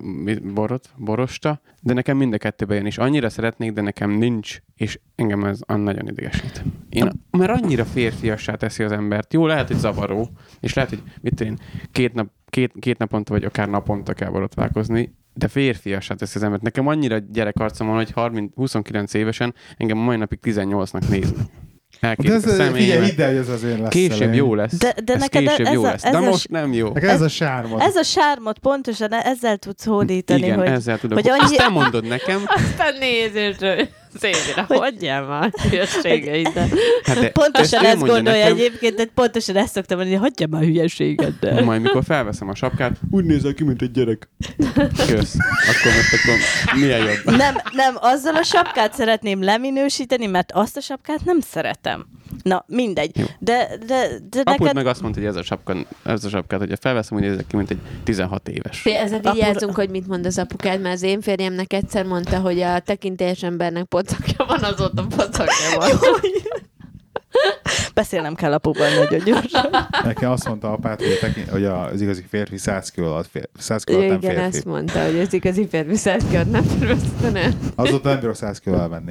borosta, de nekem mind a kettőben jön is. Annyira szeretnék, de nekem nincs, és engem ez nagyon idegesít. Mert annyira férfiassá teszi az embert. Jó, lehet, hogy zavaró, és lehet, hogy két naponta, vagy akár naponta kell borotválkozni, de férfiassá teszi az embert. Nekem annyira gyerekarcom van, hogy 29 évesen engem a mai napig 18-nak néznek. De ez, hidd el, hogy ez azért lesz. Később jó lesz. De neked később jó lesz. De most nem jó. Ez a sármod. Ez a sármod, pontosan ezzel tudsz hódítani. Igen, hogy, ezzel tudok. Azt te mondod nekem. Aztán nézésről. Szépen, hagyjál már hülyeségeidet. Hát pontosan ezt gondolja egyébként, de pontosan ezt szoktam mondani, hogy hagyjál már hülyeségeddel. Majd mikor felveszem a sapkát, úgy nézel ki, mint egy gyerek. Kösz. Akkor milyen jobb? Nem, azzal a sapkát szeretném leminősíteni, mert azt a sapkát nem szeretem. Na, mindegy. Jó. De Apud neked... meg azt mondta, hogy ez a sapkát, hogyha felveszem, úgy nézek ki, mint egy 16 éves. Ezzel vigyázzunk, hogy mit mond az apukád, mert az én férjemnek egyszer mondta, hogy a tekintélyes embernek pocakja van, azóta pocakja van. Beszélnem kell apuban nagyon gyorsan. Nekem azt mondta apát, hogy az igazi férfi 100 kg alatt nem férfi. Igen, ezt mondta, hogy az igazi férfi 100 kg alatt nem férfi. Azóta nem bírok 100 kg elvenni.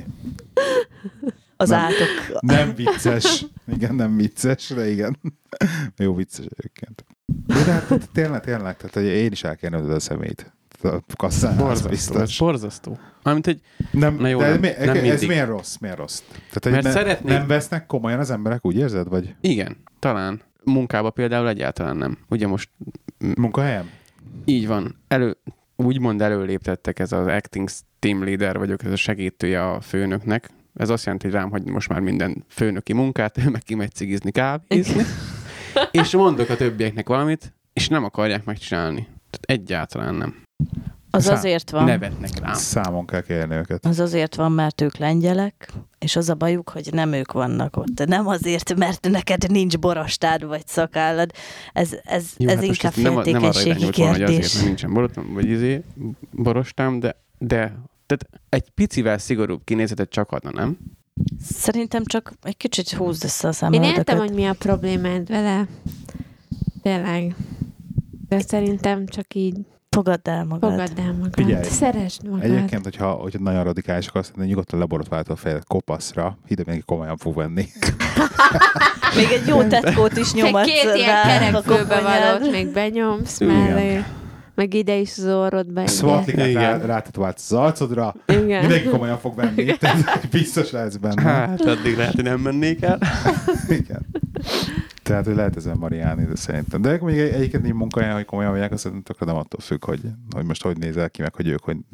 Az átok. Nem vicces. Igen, nem vicces, de igen. Jó vicces egyébként. De hát tényleg, tehát én is elkérném a személyt. A kasszán, biztos. Borzasztó. Mármint, hogy... Nem, jó, de nem ez miért rossz? Tehát, mert nem vesznek komolyan az emberek, úgy érzed? Vagy? Igen, talán. Munkában például egyáltalán nem. Ugye most... Munkahelyem? Így van. Úgymond előléptettek, ez az acting team leader vagyok, ez a segítője a főnöknek. Ez azt jelenti rám, hogy most már minden főnöki munkát, ő meg kimegy cigizni, kávézni. És mondok a többieknek valamit, és nem akarják megcsinálni. Tehát egyáltalán nem. Az azért van. Nevetnek rám. Számon kell kérni őket. Az azért van, mert ők lengyelek, és az a bajuk, hogy nem ők vannak ott. De nem azért, mert neked nincs borostád vagy szakállad. Ez hát inkább féltékenységi kérdés. Azért, nincsen borotom, vagy borostám, de tehát egy picivel szigorúbb kinézetet csak adna, nem? Szerintem csak egy kicsit húzd össze a szemöldöket. Én értem, hogy mi a problémád vele. Tényleg. De szerintem csak így... Fogadd el magad. Fogadd el magad. Figyelj. Szeresd magad. Egyébként, hogyha nagyon radikálisak, azt mondani, nyugodtan leborotváltva a fejedet kopaszra, ide mindenki komolyan fog venni. Még egy jó tetkót is nyomadsz Két ilyen rá a kerekfőbe koponyád. valót még benyomsz Igen. mellé. Meg ide is az orrodba. Szvatlikát rátetoválsz az arcodra, Igen. mindenki komolyan fog venni, tehát biztos lehetsz benne. Hát addig lehet, hogy nem mennék el. Igen. Tehát, hogy lehet ezen variálni, de szerintem. De még egyiket így munkahelyen, hogy komolyan vagyják, azt szerintem tökre nem attól függ, hogy most hogy nézel ki, meg hogy ők, hogy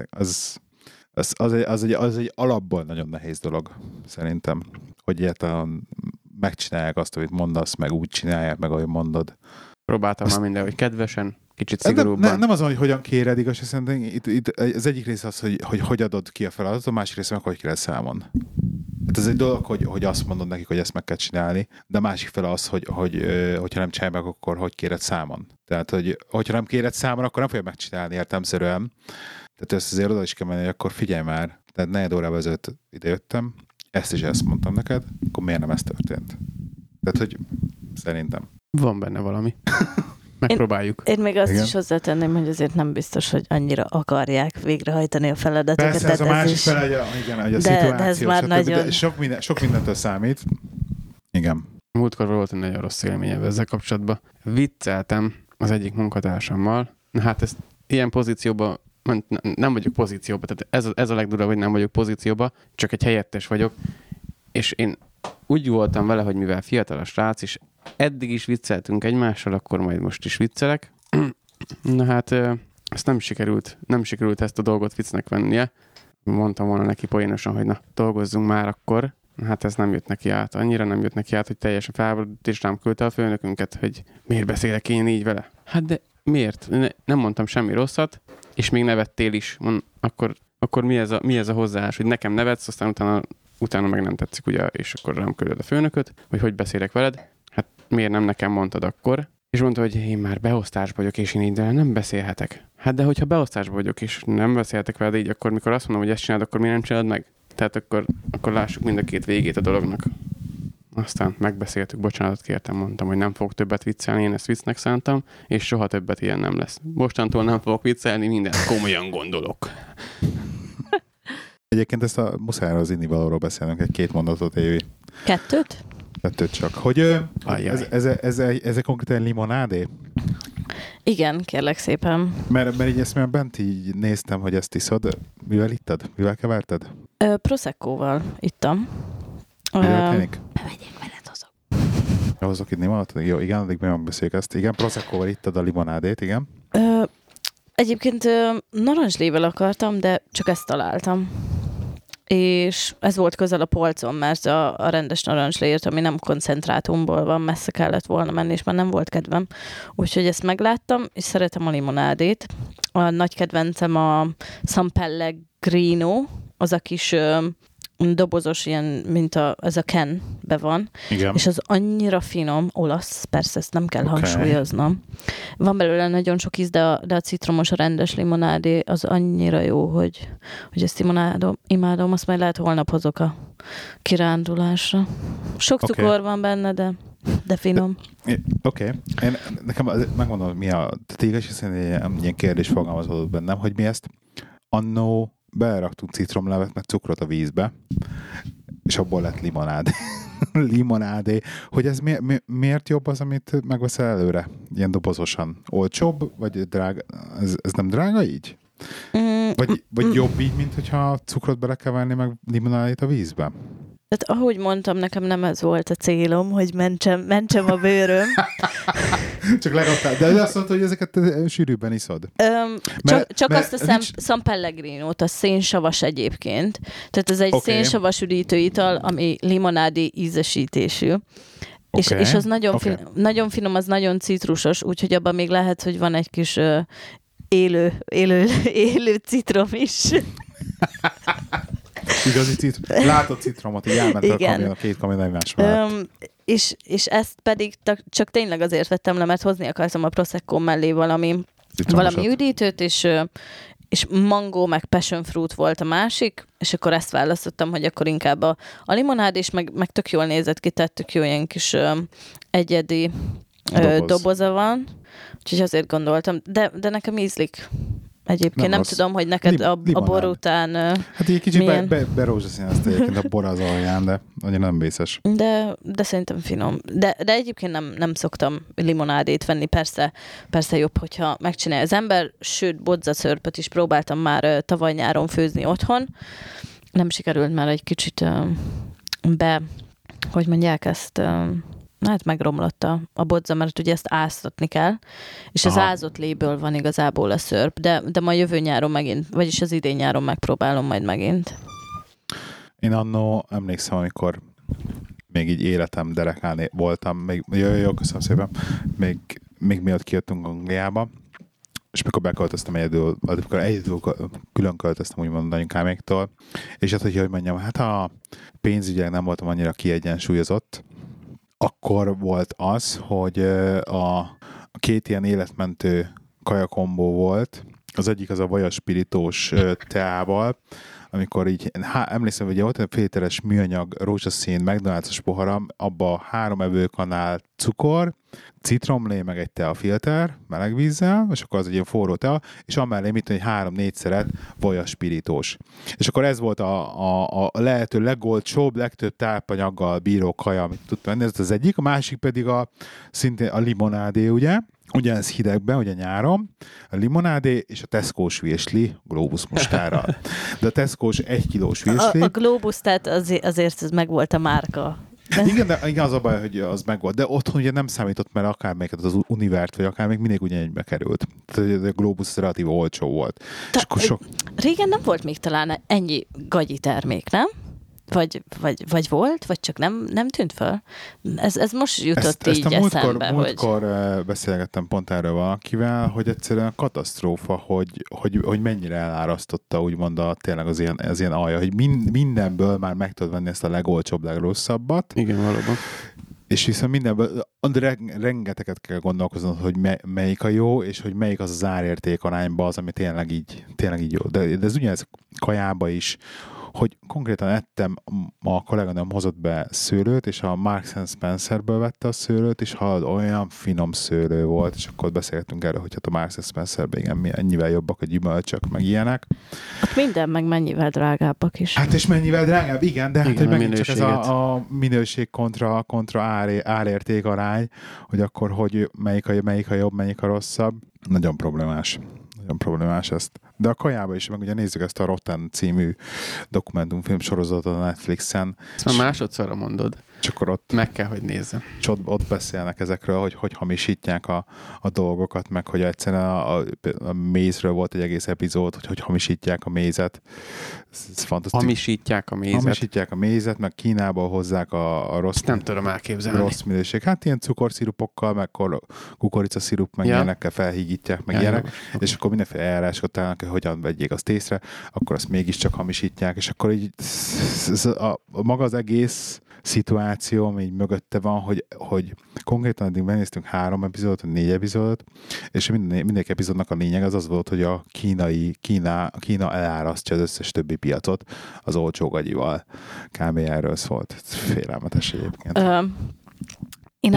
az egy alapból nagyon nehéz dolog, szerintem. Hogy egyáltalán megcsinálják azt, amit mondasz, meg úgy csinálják, meg ahogy mondod. Próbáltam már mindenhogy kedvesen, kicsit Nem, szigorúbban. nem az, hogy hogyan kéred, igaz, szerintem itt az egyik része az, hogy adod ki a feladatot, a másik része meg, hogy kéred számon. Hát ez egy dolog, hogy azt mondod nekik, hogy ezt meg kell csinálni, de a másik fele az, hogyha nem csinálj meg, akkor hogy kéred számon. Tehát, hogyha nem kéred számon, akkor nem fogja megcsinálni értelemszerűen. Tehát ezt azért oda is kell menni, hogy akkor figyelj már, tehát 4 órával ezelőtt idejöttem, ezt mondtam neked, akkor miért nem ez történt? Tehát, hogy szerintem. Van benne valami. Megpróbáljuk. Én még azt Igen. is hozzátenném, hogy azért nem biztos, hogy annyira akarják végrehajtani a feladatokat. Persze, ez a másik is... fele, igen, hogy a de szituáció, ez már stb. nagyon... De sok mindentől számít. Igen. Múltkor volt egy nagyon rossz élményem ezzel kapcsolatban. Vicceltem az egyik munkatársammal. Na hát ezt ilyen pozícióban, nem vagyok pozícióban, tehát ez a legdurvább, hogy nem vagyok pozícióban, csak egy helyettes vagyok, és én úgy voltam vele, hogy mivel fiatal a srác, és eddig is vicceltünk egymással, akkor majd most is viccelek. Na hát ezt nem sikerült ezt a dolgot viccnek vennie. Mondtam volna neki poénosan, hogy na, dolgozzunk már akkor. Hát ez nem jött neki át. Annyira nem jött neki át, hogy teljesen felborodott, és rám küldte a főnökünket, hogy miért beszélek én így vele. Hát de miért? Nem mondtam semmi rosszat, és még nevettél is. Akkor mi ez a hozzáállás, hogy nekem nevetsz, aztán utána meg nem tetszik, ugye, és akkor rám küldöd a főnököt, hogy beszélek veled. Hát miért nem nekem mondtad akkor? És mondta, hogy én már beosztásban vagyok, és én így de nem beszélhetek. Hát de hogyha beosztásban vagyok, és nem beszélhetek veled így, akkor mikor azt mondom, hogy ezt csinálod, akkor miért nem csinálod meg? Tehát akkor lássuk mind a két végét a dolognak. Aztán megbeszéltük, bocsánatot kértem, mondtam, hogy nem fogok többet viccelni, én ezt viccnek szántam, és soha többet ilyen nem lesz. Mostantól nem fogok viccelni, mindent komolyan gondolok. Egyébként ezt a muszájra az innivalóról beszélnünk, egy 2 mondatot, Évi. 2? 2 csak. Hogy ez konkrétan limonádé? Igen, kérlek szépen. Mert így ezt már bent így néztem, hogy ezt iszod. Mivel ittad? Mivel keverted? Proseccoval ittam. Mi történik? Bemegyek veled, hozok. Hozok itt limonát? Jó, igen, addig megbeszéljük ezt. Igen, Proseccóval ittad a limonádét, igen. Egyébként narancslével akartam, de csak ezt találtam. És ez volt közel a polcon, mert a rendes narancsléért, ami nem koncentrátumból van, messze kellett volna menni, és már nem volt kedvem. Úgyhogy ezt megláttam, és szeretem a limonádét. A nagy kedvencem a San Pellegrino, az a kis dobozos, ilyen, mint ez a Ken-be van. Igen. És az annyira finom, olasz, persze ezt nem kell hangsúlyoznom. Van belőle nagyon sok íz, de a citromos, a rendes limonádé az annyira jó, hogy ezt imádom, azt majd lehet holnap hozok a kirándulásra. Sok cukor van benne, de finom. Oké. Nekem megmondom, mi a téged, hiszen ilyen kérdés fogalmazódott bennem, hogy mi ezt annó beleraktunk citromlevet, meg cukrot a vízbe, és abból lett limonádé. Limonádé. Hogy ez miért jobb az, amit megveszel előre? Ilyen dobozosan. Olcsóbb, vagy drága? Ez nem drága így? Vagy jobb így, mint hogyha cukrot bele kell venni, meg limonádét a vízbe? Tehát ahogy mondtam, nekem nem ez volt a célom, hogy mentsem a bőröm. Csak legalább. De azt mondta, hogy ezeket sűrűbben iszod. Csak azt a San Pellegrinót, a szénsavas egyébként. Tehát ez egy szénsavas üdítőital, ami limonádi ízesítésű. És az nagyon finom, az nagyon citrusos, úgyhogy abban még lehet, hogy van egy kis élő citrom is. Igazi citrom. Látott citromot, így elment a 2 kamion egymás mellett. És ezt pedig csak tényleg azért vettem le, mert hozni akartam a Prosecco mellé valami üdítőt, és mangó meg passion fruit volt a másik, és akkor ezt választottam, hogy akkor inkább a limonád, és meg tök jól nézett ki, tettük jó ilyen kis egyedi doboza van. Úgyhogy azért gondoltam. De nekem ízlik. Egyébként nem rossz. tudom, hogy neked a bor után Hát egy kicsit milyen... berózsaszínezte egyébként a bor az alján, de annyira nem vészes. De szerintem finom. De egyébként nem szoktam limonádét venni. Persze jobb, hogyha megcsinálja az ember. Sőt, bodzacörpöt is próbáltam már tavaly nyáron főzni otthon. Nem sikerült már egy kicsit hogy mondják ezt... Hát megromlott a bodza, mert ugye ezt áztatni kell, és az ázott léből van igazából a szörp, de majd jövő nyáron megint, vagyis az idén nyáron megpróbálom majd megint. Én annó emlékszem, amikor még így életem derekálni voltam, jó, köszönöm szépen, még mielőtt kijöttünk Angliába, és mikor beköltöztem egyedül külön költöztem úgymond anyukáméktól, és hát, hogy mondjam, hát a pénzügyileg nem voltam annyira kiegyensúlyozott, akkor volt az, hogy a két ilyen életmentő kajakombó volt. Az egyik az a vajaspiritós teával, amikor így, emlékszem, hogy volt egy félteres műanyag rózsaszín McDonald's-os poharam, abba 3 evőkanál cukor, citromlé, meg egy teafilter meleg vízzel, és akkor az egy ilyen forró tea, és amellé mit tudom, 3-4 szeret vajaspiritós. És akkor ez volt a lehető legolcsóbb, legtöbb tápanyaggal bíró kaja, amit tudtam venni, ez az egyik, a másik pedig szintén a limonádé, ugye? Ugyanez hidegben, ugye nyáron, a limonádé és a Tesco-s virsli Globus mustárral. De a Tesco-s 1 kilós virsli... A Globus, tehát azért ez megvolt a márka. Igen, az a baj, hogy az megvolt. De otthon ugye nem számított, mert akármelyiket az Univert, vagy akár még mindig ugyanegybe került. Tehát a Globus relatív olcsó volt. Régen nem volt még talán ennyi gagyi termék, nem? Vagy volt, vagy csak nem tűnt fel? Ez most jutott így eszembe. Múltkor beszélgettem pont erről valakivel, hogy egyszerűen katasztrófa, hogy mennyire elárasztotta úgymond tényleg az ilyen alja, hogy mindenből már meg tudod venni ezt a legolcsóbb, legrosszabbat. Igen, valóban. És viszont mindenből rengeteget kell gondolkoznod, hogy melyik a jó, és hogy melyik az árérték arányban az, ami tényleg így jó. De ez ugyanez kajába is, hogy konkrétan ettem, a kolléganőm hozott be szőlőt, és a Marks & Spencerből vette a szőlőt, és olyan finom szőlő volt, és akkor beszélgettünk erről, hogy hát a Marks & Spencerben igen, ennyivel jobbak a gyümölcsök, meg ilyenek. Ott minden meg mennyivel drágábbak is. Hát és mennyivel drágább, igen, de igen, hát, hogy megint csak ez a minőség kontra árérték arány, hogy akkor hogy melyik a jobb, melyik a rosszabb. Nagyon problémás ezt. De a kajába is, meg ugye nézzük ezt a Rotten című dokumentumfilm sorozatot a Netflixen. Ezt már másodszorra mondod. Csak akkor ott meg kell, hogy nézzem. És ott beszélnek ezekről, hogy hamisítják a dolgokat, meg hogy egyszerűen a mézről volt egy egész epizód, hogy hamisítják a mézet. Ez fantasztikus. Hamisítják a mézet, meg Kínából hozzák a rossz... Ezt nem tudom elképzelni. Rossz minőség. Hát ilyen cukorszirupokkal, meg kukoricaszirup, meg ilyenekkel felhígítják, meg ilyenek. És akkor mindenféle eljárásokat találnak, hogy hogyan vegyék azt észre, akkor azt mégiscsak hamisítják, és akkor így maga az egész szituáció, ami így mögötte van, hogy konkrétan eddig megnéztünk 3 epizódot, 4 epizódot, és mindegyik epizódnak a lényeg az volt, hogy a Kína elárasztja az összes többi piacot az olcsó gagyival. Kb. Erről szólt. Félelmetes egyébként. Én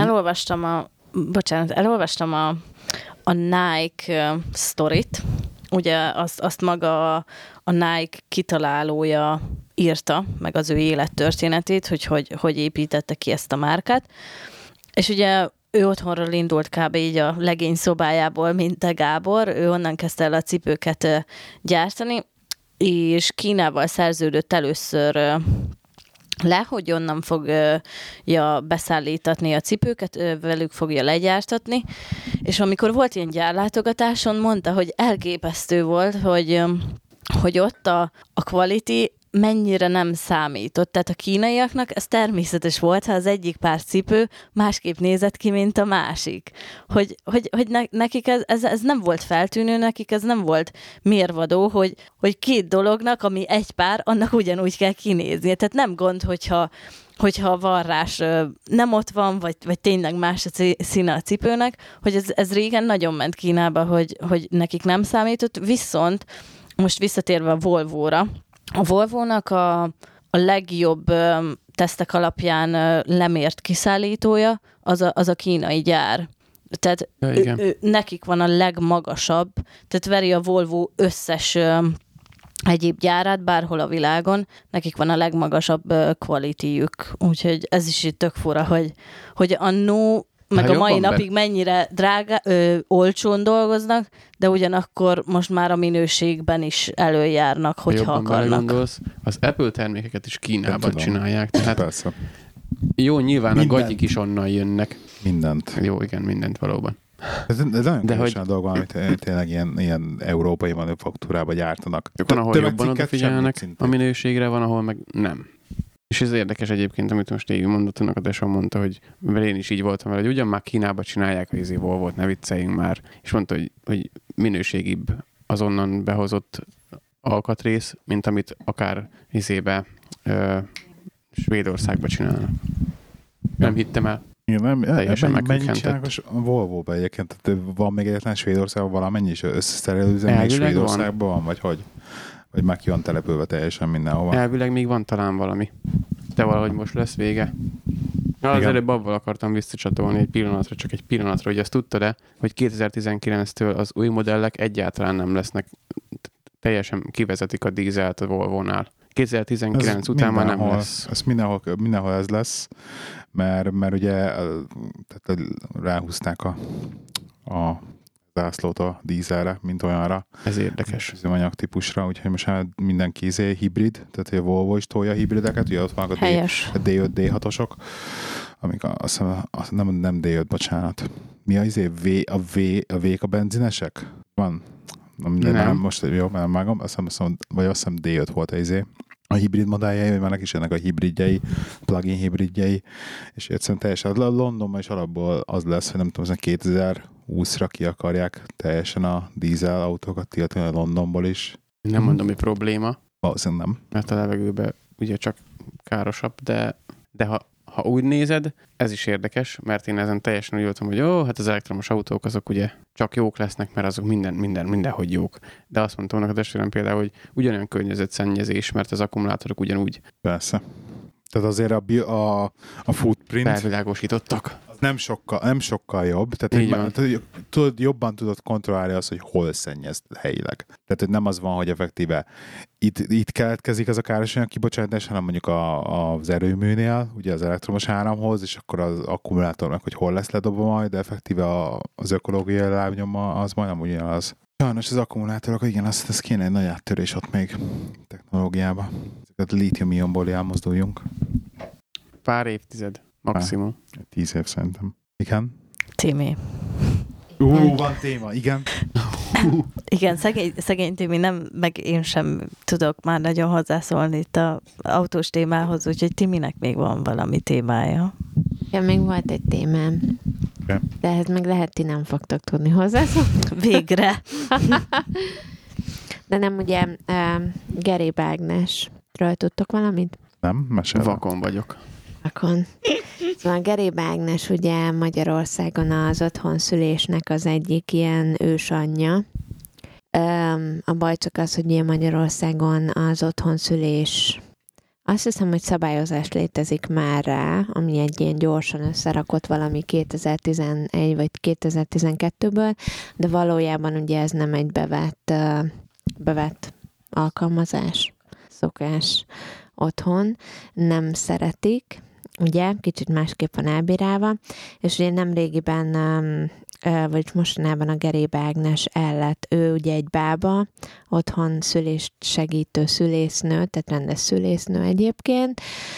elolvastam a Nike sztorit. Ugye azt maga a Nike kitalálója írta, meg az ő élettörténetét, hogy építette ki ezt a márkát. És ugye ő otthonról indult kb. Így a legény szobájából, mint te Gábor. Ő onnan kezdte el a cipőket gyártani, és Kínával szerződött először le, hogy onnan fogja beszállítatni a cipőket, velük fogja legyártatni, és amikor volt ilyen gyárlátogatáson, mondta, hogy elképesztő volt, hogy ott a quality mennyire nem számított. Tehát a kínaiaknak ez természetes volt, ha az egyik pár cipő másképp nézett ki, mint a másik. Hogy nekik ez nem volt feltűnő, nekik ez nem volt mérvadó, hogy két dolognak, ami egy pár, annak ugyanúgy kell kinézni. Tehát nem gond, hogyha a varrás nem ott van, vagy tényleg más a színe a cipőnek, hogy ez régen nagyon ment Kínába, hogy nekik nem számított, viszont most visszatérve a Volvo-ra, a Volvo-nak a legjobb tesztek alapján lemért kiszállítója az a kínai gyár. Tehát nekik van a legmagasabb, tehát veri a Volvo összes egyéb gyárát bárhol a világon, nekik van a legmagasabb qualityjük. Úgyhogy ez is itt tök fura, hogy annó meg a mai napig mennyire olcsón dolgoznak, de ugyanakkor most már a minőségben is előjárnak, hogyha akarnak. Gondolsz, az Apple termékeket is Kínában csinálják. Tehát persze. Jó, nyilván mindent. A gagyik is onnan jönnek. Mindent. Jó, igen, mindent valóban. Ez nagyon kevés a dolog, amit tényleg ilyen európai manufaktúrába gyártanak. Van, ahol jobban odafigyelnek a minőségre, van, ahol meg nem. És ez érdekes egyébként, amit most így mondott, a Desa mondta, hogy én is így voltam vele, hogy ugyan már Kínába csinálják a Volvót, ne vicceljünk már. És mondta, hogy minőségibb az onnan behozott alkatrész, mint amit akár Svédországba csinálnak. Nem hittem el. Igen, mennyit csinálnak a Volvo-ba egyébként? Tehát van még egyetlen Svédországban valamennyi is összeszerelőző még Svédországban van, vagy hogy? Vagy már ki van települve teljesen mindenhova? Elvileg még van talán valami. De valahogy most lesz vége. Az előbb abból akartam visszacsatolni egy pillanatra, hogy azt tudtad-e, hogy 2019-től az új modellek egyáltalán nem lesznek, teljesen kivezetik a dízelt a Volvo-nál. 2019 után már nem lesz. Ez mindenhol ez lesz, mert ugye tehát ráhúzták a zászlót a dízelre, mint olyanra. Ez érdekes. Üzemanyag típusra, úgyhogy most már mindenki hibrid, tehát a Volvo is tolja hibrideket, ugye ott vannak a D5, D6-osok, amik nem D5, bocsánat. Mi a a V-k a benzinesek? Van? Nem. Most jó, mert mágom, azt hiszem D5 volt a hibrid modelljei, vagy már neki is ennek a hibridjei, plug-in hibridjei, és egyszerűen teljesen Londonban is alapból az lesz, hogy nem tudom, 2020-ra ki akarják teljesen a dízel autókat tiltani Londonból is. Nem mondom, hogy probléma. Valószínűleg nem. Mert a levegőben ugye csak károsabb, de ha úgy nézed, ez is érdekes, mert én ezen teljesen úgy voltam, hogy hát az elektromos autók azok ugye csak jók lesznek, mert azok mindenhogy jók. De azt mondtam a testvérem például, hogy ugyanolyan környezetszennyezés, mert az akkumulátorok ugyanúgy. Persze. Tehát azért a footprint... Felvilágosítottak. Nem sokkal jobb. Tehát jobban tudod kontrollálni azt, hogy hol szennyez helyileg. Tehát hogy nem az van, hogy effektíve itt keletkezik az a károsanyag kibocsátás, hanem mondjuk az erőműnél, ugye az elektromos áramhoz, és akkor az akkumulátornak, hogy hol lesz ledobva majd, de effektíve az ökológiai lábnyoma az majdnem ugyanaz. Sajnos az akkumulátorok, igen, ez kéne egy nagy áttörés ott még technológiába. Ezeket lítium-ionból elmozduljunk. Pár évtized. Maximum. 10 év szerintem. Igen? Timi. Van téma, igen. Igen, szegény Timi, meg én sem tudok már nagyon hozzászólni itt az autós témához, úgyhogy Timinek még van valami témája. Ja, még volt egy témám. Okay. De ehhez meg lehet, ti nem fogtok tudni hozzászólni. Végre. De nem ugye Geréb Ágnesről tudtok valamit? Nem, mesélj. Vakon vagyok. Szóval Geréb Ágnes ugye Magyarországon az otthonszülésnek az egyik ilyen ősanyja. A baj csak az, hogy ilyen Magyarországon az otthonszülés, azt hiszem, hogy szabályozás létezik már rá, ami egy ilyen gyorsan összerakott valami 2011 vagy 2012-ből, de valójában ugye ez nem egy bevett alkalmazás, szokás otthon, nem szeretik, ugye, kicsit másképp van elbírálva, és ugye nemrégiben, vagy mostanában a Geréb Ágnes lett, ő ugye egy bába, otthon szülést segítő szülésznő, tehát rendes szülésznő egyébként,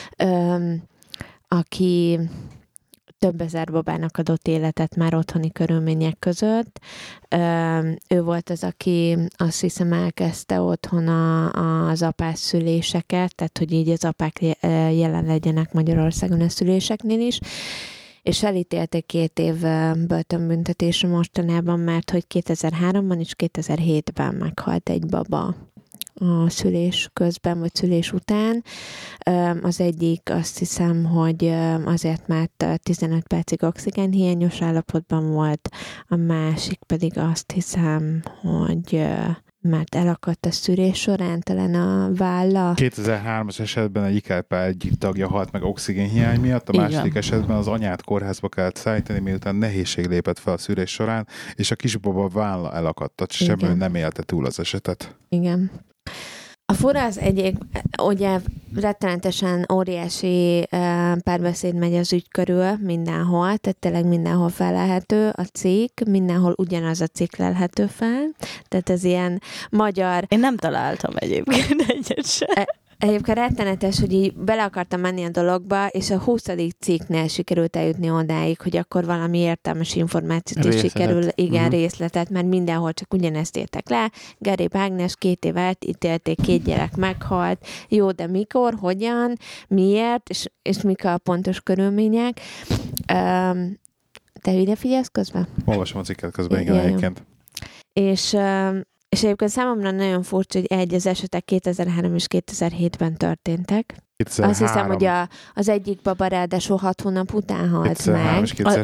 aki több ezer babának adott életet már otthoni körülmények között. Ő volt az, aki azt hiszem elkezdte otthon az apás szüléseket, tehát hogy így az apák jelen legyenek Magyarországon a szüléseknél is, és elítélték 2 év börtönbüntetésre mostanában, mert hogy 2003-ban és 2007-ben meghalt egy baba a szülés közben, vagy szülés után. Az egyik azt hiszem, hogy azért, mert 15 percig oxigénhiányos állapotban volt, a másik pedig azt hiszem, hogy mert elakadt a szűrés során talán a válla. 2003-as esetben egy IKP egyik tagja halt meg oxigénhiány miatt, a második esetben az anyát kórházba kellett szállítani, miután nehézség lépett fel a szűrés során, és a kisbaba válla elakadt, a csecsemő nem élte túl az esetet. Igen. A fura az egyik, ugye rettenetesen óriási párbeszéd megy az ügy körül mindenhol, tehát tényleg mindenhol felelhető a cikk, mindenhol ugyanaz a cikk lelhető fel, tehát ez ilyen magyar... Én nem találtam egyébként egyet sem. Egyébként rettenetes, hogy így bele akartam menni a dologba, és a 20. cikknél sikerült eljutni odáig, hogy akkor valami értelmes információt is sikerül, részletet, mert mindenhol csak ugyanezt értek le. Garéb Ágnes 2 évet ítélték, 2 gyerek meghalt. Jó, de mikor, hogyan, miért, és mik a pontos körülmények. Te ide figyelsz közben? Olvasom a cikket közben, igen, egyébként. És egyébként számomra nagyon furcsa, hogy az esetek 2003 és 2007-ben történtek. 2003. Azt hiszem, hogy az egyik baba ráadásul 6 hónap után halt meg.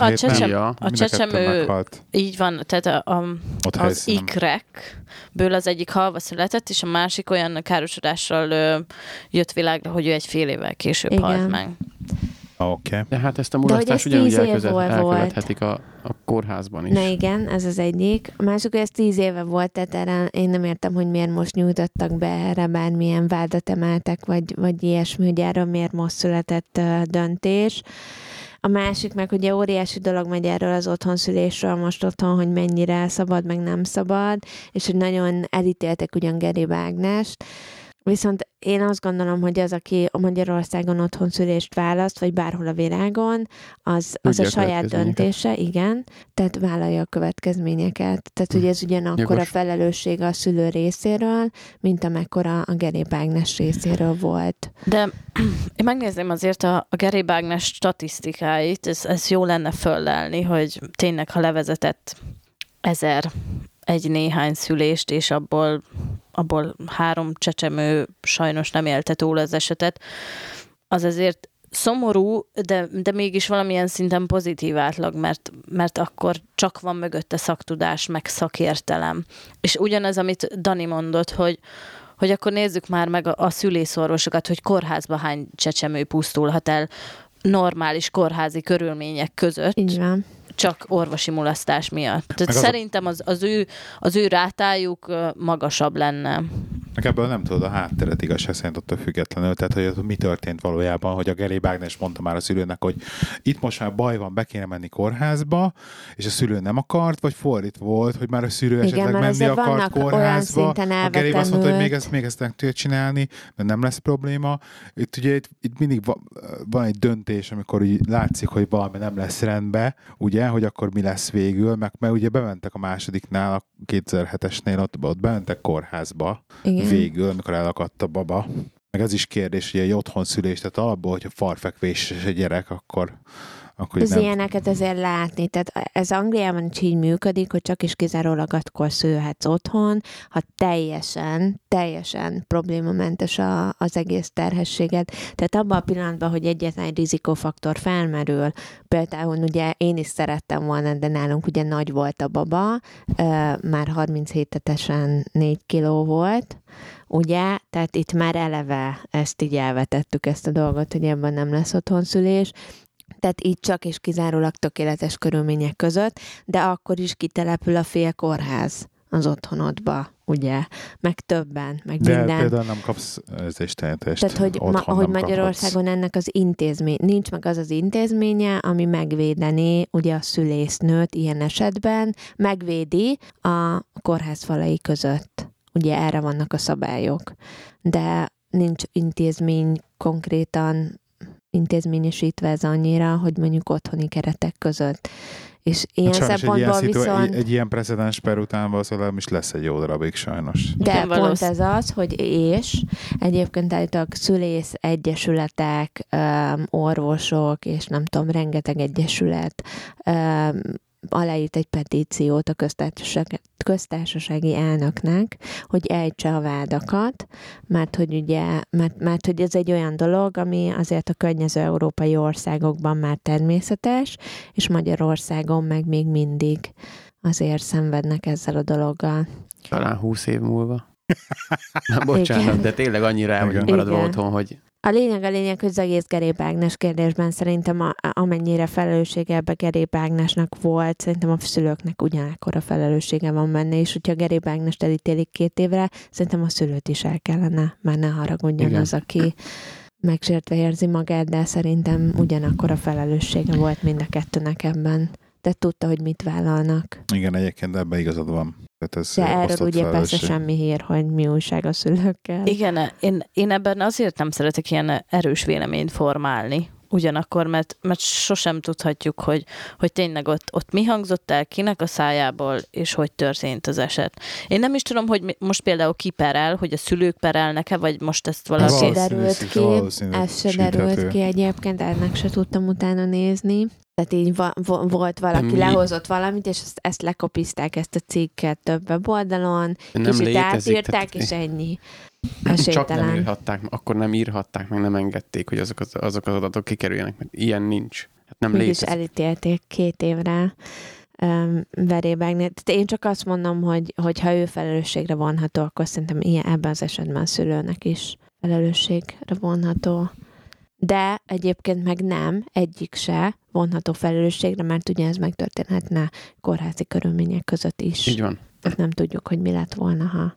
A csecsemő, így van, tehát az ikrekből az egyik halva született, és a másik olyan károsodással jött világra, hogy ő egy fél évvel később halt meg. Okay. De hát ezt a mulasztást ugyanúgy elkövethetik a kórházban is. Na igen, ez az egyik. A másik, hogy ez 10 éve volt, tehát erre én nem értem, hogy miért most nyújtottak be erre, bármilyen vádat emeltek, vagy ilyesmi, hogy erről miért most született döntés. A másik meg ugye óriási dolog megy erről az otthonszülésről most otthon, hogy mennyire szabad, meg nem szabad, és hogy nagyon elítéltek ugyan Garéb Ágnest. Viszont én azt gondolom, hogy az, aki a Magyarországon otthonszülést választ, vagy bárhol a világon, az a saját döntése, igen, tehát vállalja a következményeket. Tehát, hogy ez ugyanakkor a felelősség a szülő részéről, mint amekkora a Garéb Ágnes részéről volt. De én megnézném azért a Garéb Ágnes statisztikáit, ez jó lenne föllelni, hogy tényleg, ha levezetett 1000 egy néhány szülést, és abból 3 csecsemő sajnos nem élte túl az esetet, az azért szomorú, de mégis valamilyen szinten pozitív átlag, mert akkor csak van mögötte szaktudás, meg szakértelem. És ugyanez, amit Dani mondott, hogy akkor nézzük már meg a szülészorvosokat, hogy kórházba hány csecsemő pusztulhat el normális kórházi körülmények között. Így van. Csak orvosi mulasztás miatt. Tehát szerintem az ő rátájuk magasabb lenne. Ebből nem tudod a hátteret igazság szerint attól függetlenül, tehát hogy mi történt valójában, hogy a Garéb Ágnes mondta már a szülőnek, hogy itt most már baj van, be kéne menni kórházba, és a szülő nem akart, vagy fordít volt, hogy már a szülő esetleg menni akart kórházba. A Garéb azt mondta, hogy még ezt nem tudja csinálni, mert nem lesz probléma. Itt mindig van egy döntés, amikor úgy látszik, hogy valami nem lesz rendben, ugye, hogy akkor mi lesz végül, mert ugye bementek a másodiknál, a 2007-esnél ott bementek kórházba. Igen. Végül, amikor elakadt a baba. Meg ez is kérdés, hogy egy otthonszülés, tehát alapból, hogyha farfekvéses egy gyerek, akkor az nem... ilyeneket azért látni. Tehát ez Angliában is így működik, hogy csak is kizárólag akkor szülhetsz otthon, ha teljesen problémamentes az egész terhességed. Tehát abban a pillanatban, hogy egyetlen egy rizikófaktor felmerül, például ugye én is szerettem volna, de nálunk ugye nagy volt a baba, már 37 hetesen 4 kiló volt, ugye, tehát itt már eleve ezt így elvetettük ezt a dolgot, hogy ebben nem lesz otthonszülés, tehát így csak és kizárólag tökéletes körülmények között, de akkor is kitelepül a fél kórház az otthonodba, ugye, meg többen, meg de minden. De például nem kapsz érzéstelenítést. Tehát, hogy Magyarországon ennek az nincs meg az az intézménye, ami megvédeni ugye a szülésznőt ilyen esetben, megvédi a kórház falai között. Ugye erre vannak a szabályok. De nincs intézmény konkrétan intézményesítve ez annyira, hogy mondjuk otthoni keretek között. És ilyen szempontból viszont... Egy ilyen precedens per után valószínűleg is lesz egy jó darabig sajnos. De pont ez az, hogy egyébként állítólag szülész egyesületek, orvosok, és nem tudom, rengeteg egyesület aláírt egy petíciót a köztársasági elnöknek, hogy ejtse a vádakat, mert hogy ez egy olyan dolog, ami azért a környező európai országokban már természetes, és Magyarországon meg még mindig azért szenvednek ezzel a dologgal. Talán 20 év múlva. Na, bocsánat, Igen. de tényleg annyira el vagyunk Igen. maradva otthon, hogy A lényeg, hogy az egész Gerép Ágnes kérdésben szerintem amennyire felelőssége ebbe Gerép Ágnesnak volt, szerintem a szülőknek ugyanakkor felelőssége van benne, és hogyha Gerép Ágnest elítélik 2 évre, szerintem a szülőt is el kellene, már ne haragudjon Igen. az, aki megsértve érzi magát, de szerintem ugyanakkor a felelőssége volt mind a kettőnek ebben. De tudta, hogy mit vállalnak. Igen, egyébként ebben igazad van. Tehát ez De erről osztott ugye persze felelősség. semmi hír, hogy mi újság a szülőkkel. Igen, én ebben azért nem szeretek ilyen erős véleményt formálni. Ugyanakkor, mert sosem tudhatjuk, hogy tényleg ott mi hangzott el, kinek a szájából, és hogy történt az eset. Én nem is tudom, hogy most például ki perel, hogy a szülők perelnek-e, vagy most ezt Ez valaki... se Valószínű, derült szinte ki, valószínűleg ez se derült síthető. ki egyébként, ennek se tudtam utána nézni. Tehát így volt valaki, Mi? lehozott valamit, és ezt lekopizták, ezt a cikket több weboldalon, nem kicsit létezik. átírták, és ennyi. Csak nem Esélytelen. írhatták, akkor nem írhatták, meg nem engedték, hogy azok az adatok kikerüljenek, mert ilyen nincs. Hát nem Mégis létezik. elítélték 2 évre Verébágnél. Tehát én csak azt mondom, hogy ha ő felelősségre vonható, akkor szerintem ebben az esetben a szülőnek is felelősségre vonható. De egyébként meg nem, egyik se vonható felelősségre, mert ugye ez megtörténhetne kórházi körülmények között is. Így van. Tehát nem tudjuk, hogy mi lett volna, ha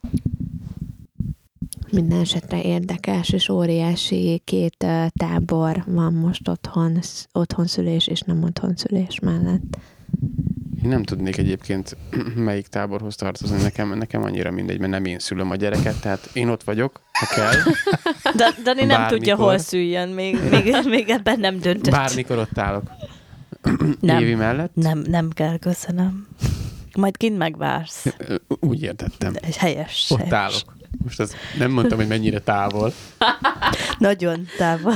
minden esetre érdekes és óriási 2 tábor van most otthonszülés és nem otthonszülés mellett. Én nem tudnék egyébként melyik táborhoz tartozni, nekem annyira mindegy, mert nem én szülöm a gyereket, tehát én ott vagyok, ha kell. Dani nem Bármikor. tudja, hol szüljön, még ebben nem döntött. Bármikor ott állok. Nem. Évi mellett. Nem kell, köszönöm. Majd kint megvársz. Úgy értettem. Helyes. Ott helyes. állok. Most azt nem mondtam, hogy mennyire távol, Nagyon távol.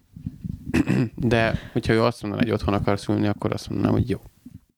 de hogyha ő azt mondaná, hogy otthon akar szülni, akkor azt mondanám, hogy jó.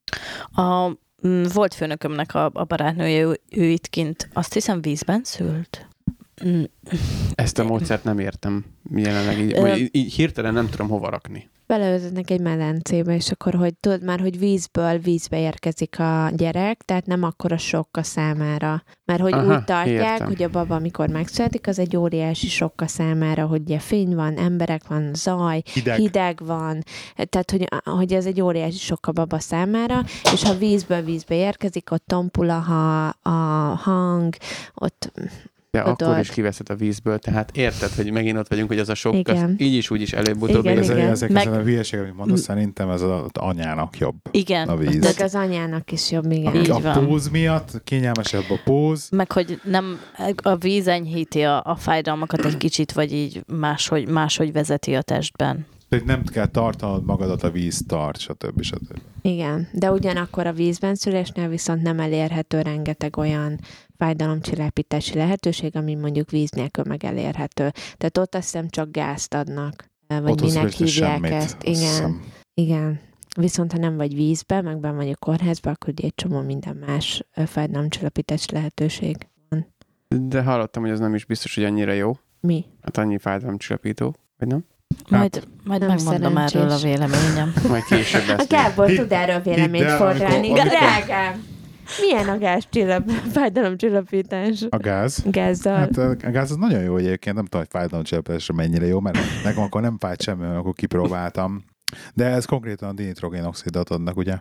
Volt főnökömnek a barátnője, ő itt kint, azt hiszem vízben szült. Ezt a módszert nem értem jelenleg, így hirtelen nem tudom hova rakni. Belevezetnek egy medencébe, és akkor, hogy tudod már, hogy vízbe érkezik a gyerek, tehát nem akkora sok a számára. Mert hogy Aha, úgy tartják, értem. hogy a baba, amikor megszületik, az egy óriási sok a számára, hogy ugye fény van, emberek van, zaj, hideg van, tehát hogy ez egy óriási sok a baba számára, és ha vízbe érkezik, ott tompul a hang, ott... De Tudod. akkor is kiveszed a vízből, tehát érted, hogy megint ott vagyunk, hogy az a sok, Igen. az így is úgy is előbb-utóbb Igen, érzed. igen. Ezek a hülyeségek, amit mondasz, szerintem ez az anyának jobb. Igen. A víz. De az anyának is jobb, igen. Így A van. póz miatt kényelmesebb a póz. Meg, hogy nem, a víz enyhíti a fájdalmakat egy kicsit, vagy így máshogy vezeti a testben. Tehát nem kell tartanod magadat, a víz tart, stb. Igen, de ugyanakkor a vízben szülésnél viszont nem elérhető rengeteg olyan fájdalomcsillapítási lehetőség, ami mondjuk víz nélkül meg elérhető. Tehát ott azt hiszem csak gázt adnak, vagy minek hívják ezt. Igen. Viszont ha nem vagy vízbe, meg benn vagy a kórházba, akkor ugye egy csomó minden más fájdalomcsillapítási lehetőség van. De hallottam, hogy az nem is biztos, hogy annyira jó. Mi? Hát annyi fájdalomcsillapító, vagy nem? Majd nem megmondom szerencsés. erről a véleményem. Majd később A lesz. Gábor tud erről véleményt hidd el, forrálni. amikor- Drágám! Milyen a fájdalomcsillapítás? A gáz. Gázzal? Hát a gáz az nagyon jó egyébként, nem tudom, hogy fájdalomcsillapításra mennyire jó, mert nekem akkor nem fájt semmi, amikor kipróbáltam. De ez konkrétan a dinitrogénoxidot adnak, ugye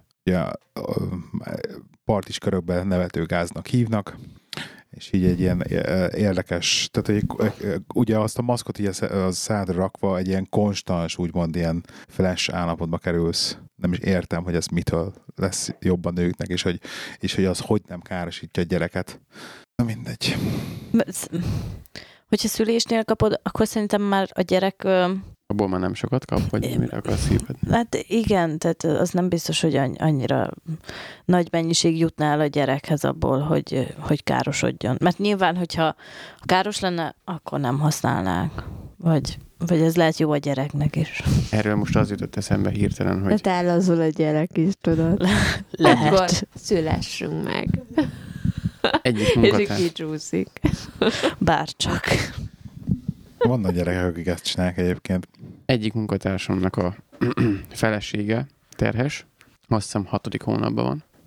partis körökben nevetőgáznak hívnak, és így egy ilyen érdekes, tehát ugye azt a maszkot így a szádra rakva egy ilyen konstans, úgymond ilyen flash állapotba kerülsz. Nem is értem, hogy ez mitől lesz jobb a nőknek, és hogy az hogy nem károsítja a gyereket. Na mindegy. Hogyha szülésnél kapod, akkor szerintem már a gyerek... Abból már nem sokat kap, vagy mire akarsz hívni? Hát igen, tehát az nem biztos, hogy annyira nagy mennyiség jutna el a gyerekhez abból, hogy károsodjon. Mert nyilván, hogyha káros lenne, akkor nem használnák. Vagy ez lehet jó a gyereknek is. Erről most az jutott eszembe hirtelen, De hogy tálazol a gyerek is, tudod. Lehet. Akkor szülessünk meg. egyik És így munkatárs. kicsúszik. Bárcsak. Vannak gyerekek, akik ezt csinálják egyébként. Egyik munkatársamnak a felesége terhes, azt hiszem 6. hónapban van,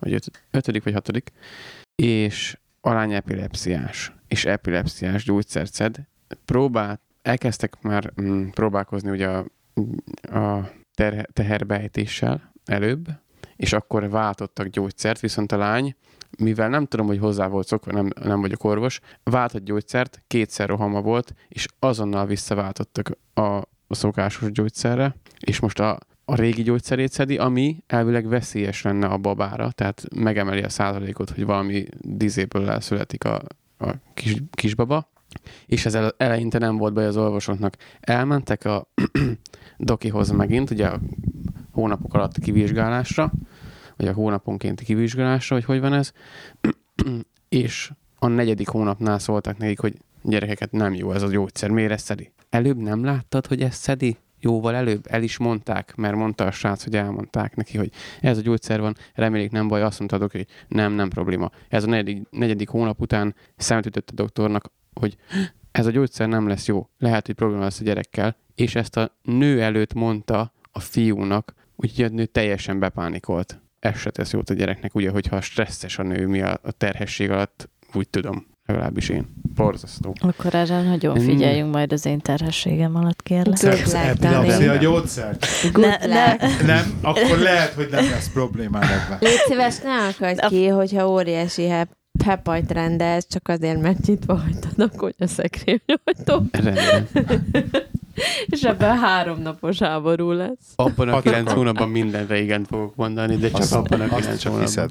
vagy 5. vagy 6. és a lány epilepsziás, és epilepsziás gyógyszert szed. Elkezdtek már próbálkozni ugye a teherbejtéssel előbb, és akkor váltottak gyógyszert, viszont a lány, mivel nem tudom, hogy hozzá volt szokva, nem vagyok orvos, váltott gyógyszert, 2-szer rohama volt, és azonnal visszaváltottak a szokásos gyógyszerre, és most a régi gyógyszerét szedi, ami elvileg veszélyes lenne a babára, tehát megemeli a százalékot, hogy valami dizéből elszületik a kisbaba, és ez eleinte nem volt baj az orvosoknak. Elmentek a dokihoz megint, ugye a hónapok alatt kivizsgálásra, vagy a hónaponkénti kivizsgálásra, hogy van ez, és a 4. hónapnál szóltak nekik, hogy gyerekeket nem jó ez a gyógyszer, miért ezt szedi? Előbb nem láttad, hogy ezt szedi? Jóval előbb el is mondták, mert mondta a srác, hogy elmondták neki, hogy ez a gyógyszer van, remélik nem baj, azt mondta a doki, hogy nem probléma. Ez a 4. hónap után szemet ütött a doktornak, hogy ez a gyógyszer nem lesz jó, lehet, hogy probléma lesz a gyerekkel, és ezt a nő előtt mondta a fiúnak, úgyhogy a nő teljesen bepánikolt. Ez se tesz jót a gyereknek, ugye, hogyha stresszes a nő mi a terhesség alatt, úgy tudom, legalábbis én. Borzasztó. Akkor erre nagyon figyeljünk majd az én terhességem alatt, kérlek. Epilepszia gyógyszert? Nem, akkor lehet, hogy nem lesz problémád ebben. Légy szíves, ne akadj ki, hogyha óriási hepajt rendelsz, csak azért, mert nyitva hagytad a konyhaszekrényajtót. Rendben. És ebben 3 napos háború lesz. Abban a 9 hónapban mindenre igent fogok mondani, de csak abban a 9 hónapban.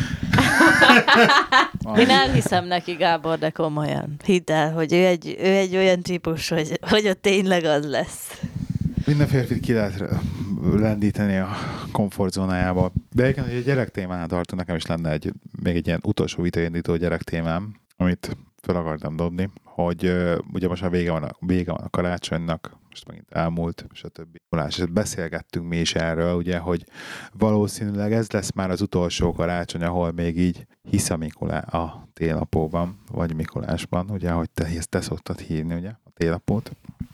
Én elhiszem neki, Gábor, de komolyan. Hidd el, hogy ő egy olyan típus, hogy ott tényleg az lesz. Minden férfit ki lehet lendíteni a komfortzónájába. De egyébként, hogy a gyerek témánál tartom, nekem is lenne még egy ilyen utolsó vitaindító gyerek témám, amit fel akartam dobni, hogy ugye most már vége van a karácsonynak, most megint elmúlt, stb. És beszélgettünk mi is erről, ugye, hogy valószínűleg ez lesz már az utolsó karácsony, ahol még így hisz a télapóban, vagy Mikulásban, ugye, hogy te szoktad hívni, ugye, a télapót.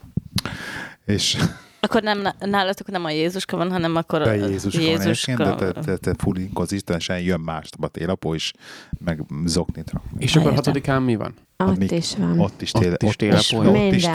És... Akkor nálatok nem a Jézuska van, hanem akkor a Jézuska van, de fully konzisztensen jön másnap a télapó is, meg zoknit rak. És akkor 6-án mi van? Ott is van. Ott is télapó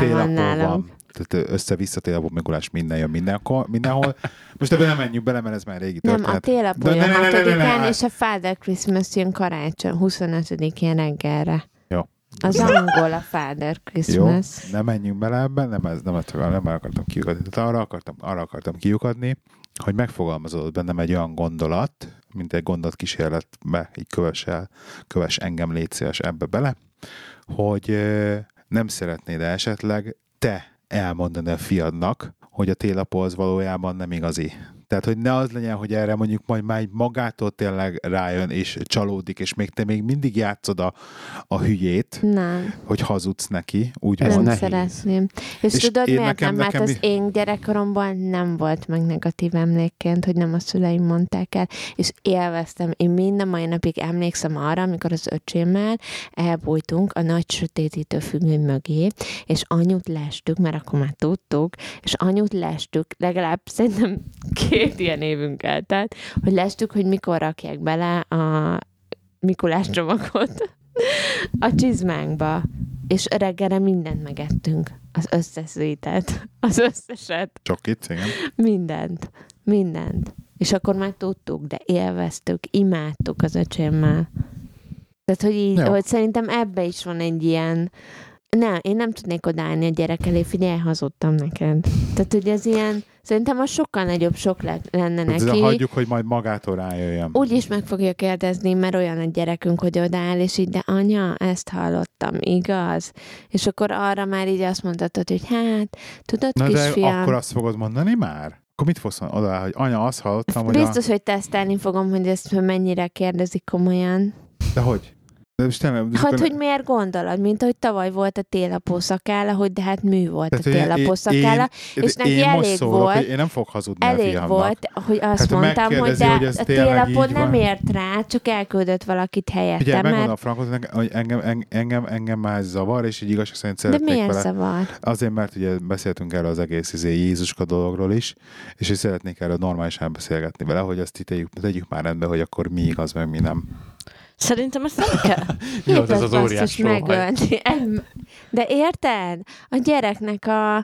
van. Tehát össze-vissza télapó, Mikulás, minden jön mindenhol. Most ebben nem menjünk bele, mert ez már régi történet. Nem, a télapó jön 6-án, és a Father Christmas jön karácsony 25-én reggelre. Jó. Az angol a Father Christmas. Jó, nem menjünk bele ebben, nem akartam kiukadni. Tehát arra akartam kiukadni, hogy megfogalmazódott bennem egy olyan gondolat, mint egy gondolatkísérletbe, így kövess engem, légy szíves ebbe bele, hogy nem szeretnéd esetleg te elmondani a fiadnak, hogy a télapó az valójában nem igazi. Tehát, hogy ne az legyen, hogy erre mondjuk majd már magától tényleg rájön, és csalódik, és még te még mindig játszod a hülyét, nem. hogy hazudsz neki. Úgy nem van. szeretném. És tudod miért nem? Mert az én gyerekkoromban nem volt meg negatív emlékként, hogy nem a szüleim mondták el, és élveztem. Én minden mai napig emlékszem arra, amikor az öcsémmel elbújtunk a nagy sötétítő függöny mögé, és anyut lestük, mert akkor már tudtuk, és anyut lestük, legalább szerintem 2 ilyen évünk eltelt, hogy lestük, hogy mikor rakják bele a Mikulás csomagot a csizmánkba, és reggelre mindent megettünk. Az összes szétet, az összeset. Csokit, igen. Mindent. És akkor már tudtuk, de élveztük, imádtuk az öcsémmel. Tehát, hogy így, hogy szerintem ebbe is van egy ilyen... Nem, én nem tudnék odaállni a gyerek elé, figyelj, hazudtam neked. Tehát, hogy ez ilyen, szerintem az sokkal nagyobb sok lenne neki. De hagyjuk, hogy majd magától rájöjjön. Úgyis meg fogja kérdezni, mert olyan a gyerekünk, hogy odaáll, és így, de anya, ezt hallottam, igaz? És akkor arra már így azt mondhatod, hogy hát, tudod, kisfiam... De akkor azt fogod mondani már? Akkor mit fogsz odaáll, hogy anya, azt hallottam, hogy... Biztos, hogy tesztelni fogom, hogy ezt mennyire kérdezik komolyan. De hogy? Hogy miért gondolod? Mint hogy tavaly volt a télapó szakála, hogy de hát mű volt a télapó szakála, és neki elég volt, én nem fogok hazudni elég volt, hogy azt mondtam, hogy de hogy a télapó nem ért rá, csak elküldött valakit helyette. Ugye, megmondom a Frankot, hogy engem már zavar, és így igazság szerint szeretnék vele. De miért vele. zavar? Azért, mert ugye beszéltünk erről az egész Jézuska dologról is, és hogy szeretnék erről normálisan beszélgetni vele, hogy azt tegyük már rendbe, hogy akkor mi igaz, meg mi nem. Szerintem ezt nem kell. Mi volt ez az óriás lóhaj? De érted? A gyereknek a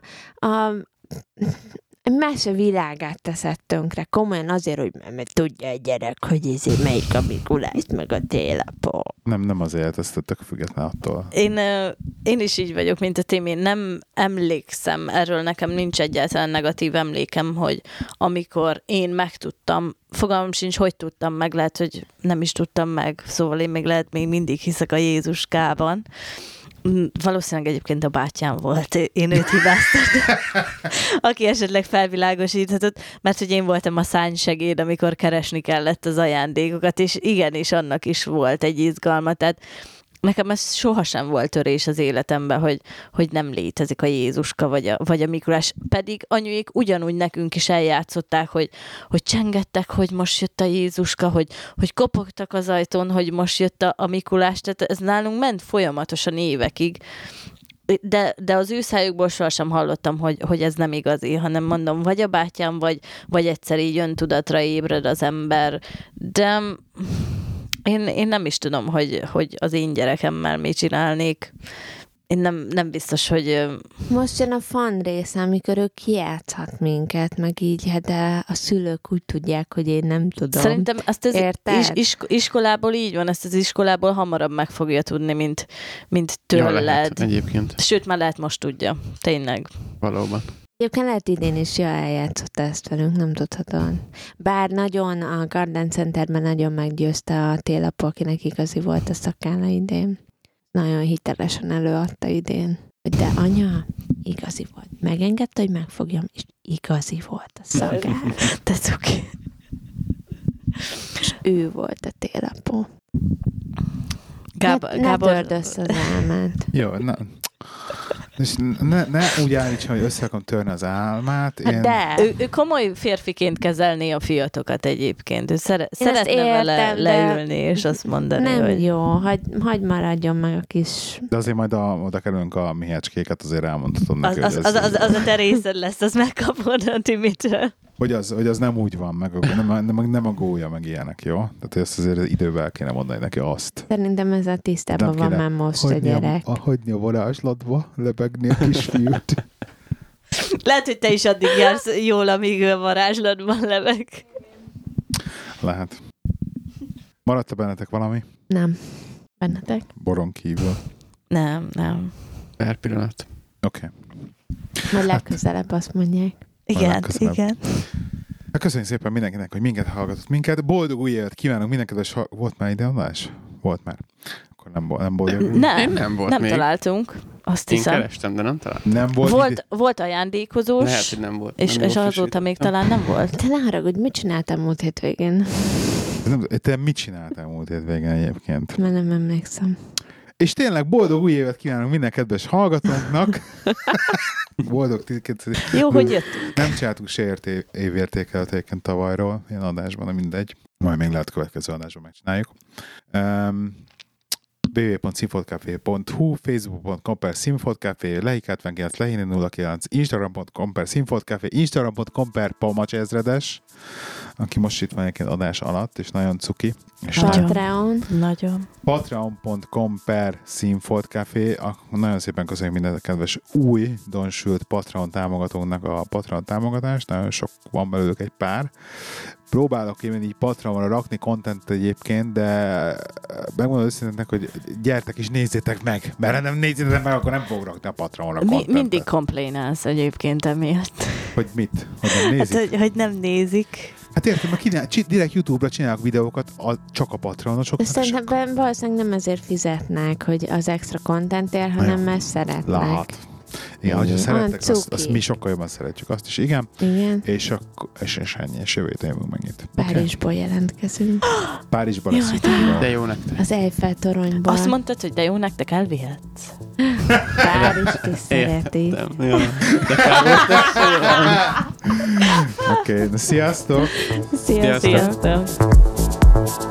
mese világát teszed tönkre. Komolyan azért, hogy mert tudja a gyerek, hogy ezért melyik a Mikulást, meg a télapó. Nem azért, ezt tök független attól. Én is így vagyok, mint a Timi. Nem emlékszem, erről nekem nincs egyáltalán negatív emlékem, hogy amikor én megtudtam, fogalmam sincs, hogy tudtam meg, lehet, hogy nem is tudtam meg, szóval én még mindig hiszek a Jézuskában. Valószínűleg egyébként a bátyám volt, én őt hibáztattam, aki esetleg felvilágosíthatott, mert hogy én voltam a szánysegéd, amikor keresni kellett az ajándékokat, és igenis annak is volt egy izgalma, tehát nekem ez sohasem volt törés az életemben, hogy nem létezik a Jézuska vagy a Mikulás. Pedig anyuék ugyanúgy nekünk is eljátszották, hogy csengettek, hogy most jött a Jézuska, hogy kopogtak az ajtón, hogy most jött a Mikulás. Tehát ez nálunk ment folyamatosan évekig. De az ő szájukból sohasem hallottam, hogy ez nem igazi, hanem mondom, vagy a bátyám, vagy egyszer így öntudatra ébred az ember. De én nem is tudom, hogy az én gyerekemmel mit csinálnék. Én nem biztos, hogy... Most jön a fun része, amikor ő kijátszhat minket, meg így, de a szülők úgy tudják, hogy én nem tudom. Szerintem ezt iskolából így van, ezt az iskolából hamarabb meg fogja tudni, mint tőled. Ja, lehet, egyébként. Sőt, már lehet most tudja. Tényleg. Valóban. Egyébként lehet idén is eljátszott ezt velünk, nem tudhatod. Bár nagyon a Garden Centerben nagyon meggyőzte a télapó, akinek igazi volt a szakála idén. Nagyon hitelesen előadta idén. De anya, igazi volt. Megengedte, hogy megfogjam, és igazi volt a szakála. De cuki. És ő volt a télapó. Gábor... Ne törd össze az álmát. Jó, és ne úgy állítsa, hogy össze akarom törni az álmát. De. Ő komoly férfiként kezelné a fiatokat egyébként. Ő szeretne vele leülni, és azt mondani, nem hogy... jó, hagy maradjon meg a kis... De azért majd oda kerülünk a mihecskéket, azért elmondhatod neki, az a te részed lesz, az megkapod a Timitől. Hogy az nem úgy van, nem a gólya, meg ilyenek, jó? Tehát ezt azért idővel kéne mondani neki azt. Szerintem ez a tisztában van már most a gyerek. Hagyni a varázslatba, lebegni a kisfiút. Lehet, hogy te is addig jársz jól, amíg a varázslatban lebeg. Lehet. Maradt-e bennetek valami? Nem. Bennetek? Boron kívül. Nem. Per pillanat. Oké. Majd legközelebb azt mondják. Igen. Köszönjük szépen mindenkinek, hogy minket hallgatott minket. Boldog új évet kívánunk mindenkinek. Volt már ideadás? Volt már. Akkor nem boldog. Nem volt még. Találtunk. Azt hiszem. Én kerestem, de nem találtam. Nem volt. Volt ajándékozós. Lehet, hogy nem volt. És azóta még talán nem volt. Te ne haragudj, mit csináltam múlt hétvégén? Te mit csináltál múlt hétvégén egyébként? Mert nem emlékszem. És tényleg boldog új évet kívánunk minden kedves hallgatónknak. Boldog Jó, hogy jöttünk. Nem csináltuk se évértékelet egyébként tavalyról, ilyen adásban, mindegy. Majd még lehet következő adásban megcsináljuk. www.színfoltcafé.hu, facebook.com/színfoltcafé, lehik79, lehini09, instagram.com/színfoltcafé, instagram.com/pamacsezredes, aki most itt van egyébként adás alatt, és nagyon cuki. És Nagyon. Patreon.com/színfoltcafé. Nagyon szépen köszönjük minden kedves új donsült Patreon támogatónak a Patreon támogatást. Nagyon sok van belőlük, egy pár. Próbálok én így Patreonra rakni contentet egyébként, de megmondom őszintén, hogy gyertek és nézzétek meg, mert ha nem nézzétek meg, akkor nem fogok rakni a Patreonra contentet. Mindig komplainálsz egyébként emiatt. Hogy mit? Hogy nem nézik? Hát, hogy nem nézik. Hát értem, mert direkt YouTube-ra csinálok videókat csak a patronosoknak. Szerintem valószínűleg nem ezért fizetnek, hogy az extra contentért, hanem mert szeretnek. Lát. Igen, hogyha szerettek, cuki. azt mi sokkal jobban szeretjük, azt is, igen. Igen. És akkor, és ennyi, és jövő héten jövünk megint. Párizsból jelentkezünk. Párizsban lesz itt. De jó nektek. Az Eiffel toronyból. Azt mondtad, hogy de jó, nektek elvihetsz. Párizst is szereti. Ja. De kár volt megszólalni. Oké, de sziasztok! Sziasztok! Sziasztok!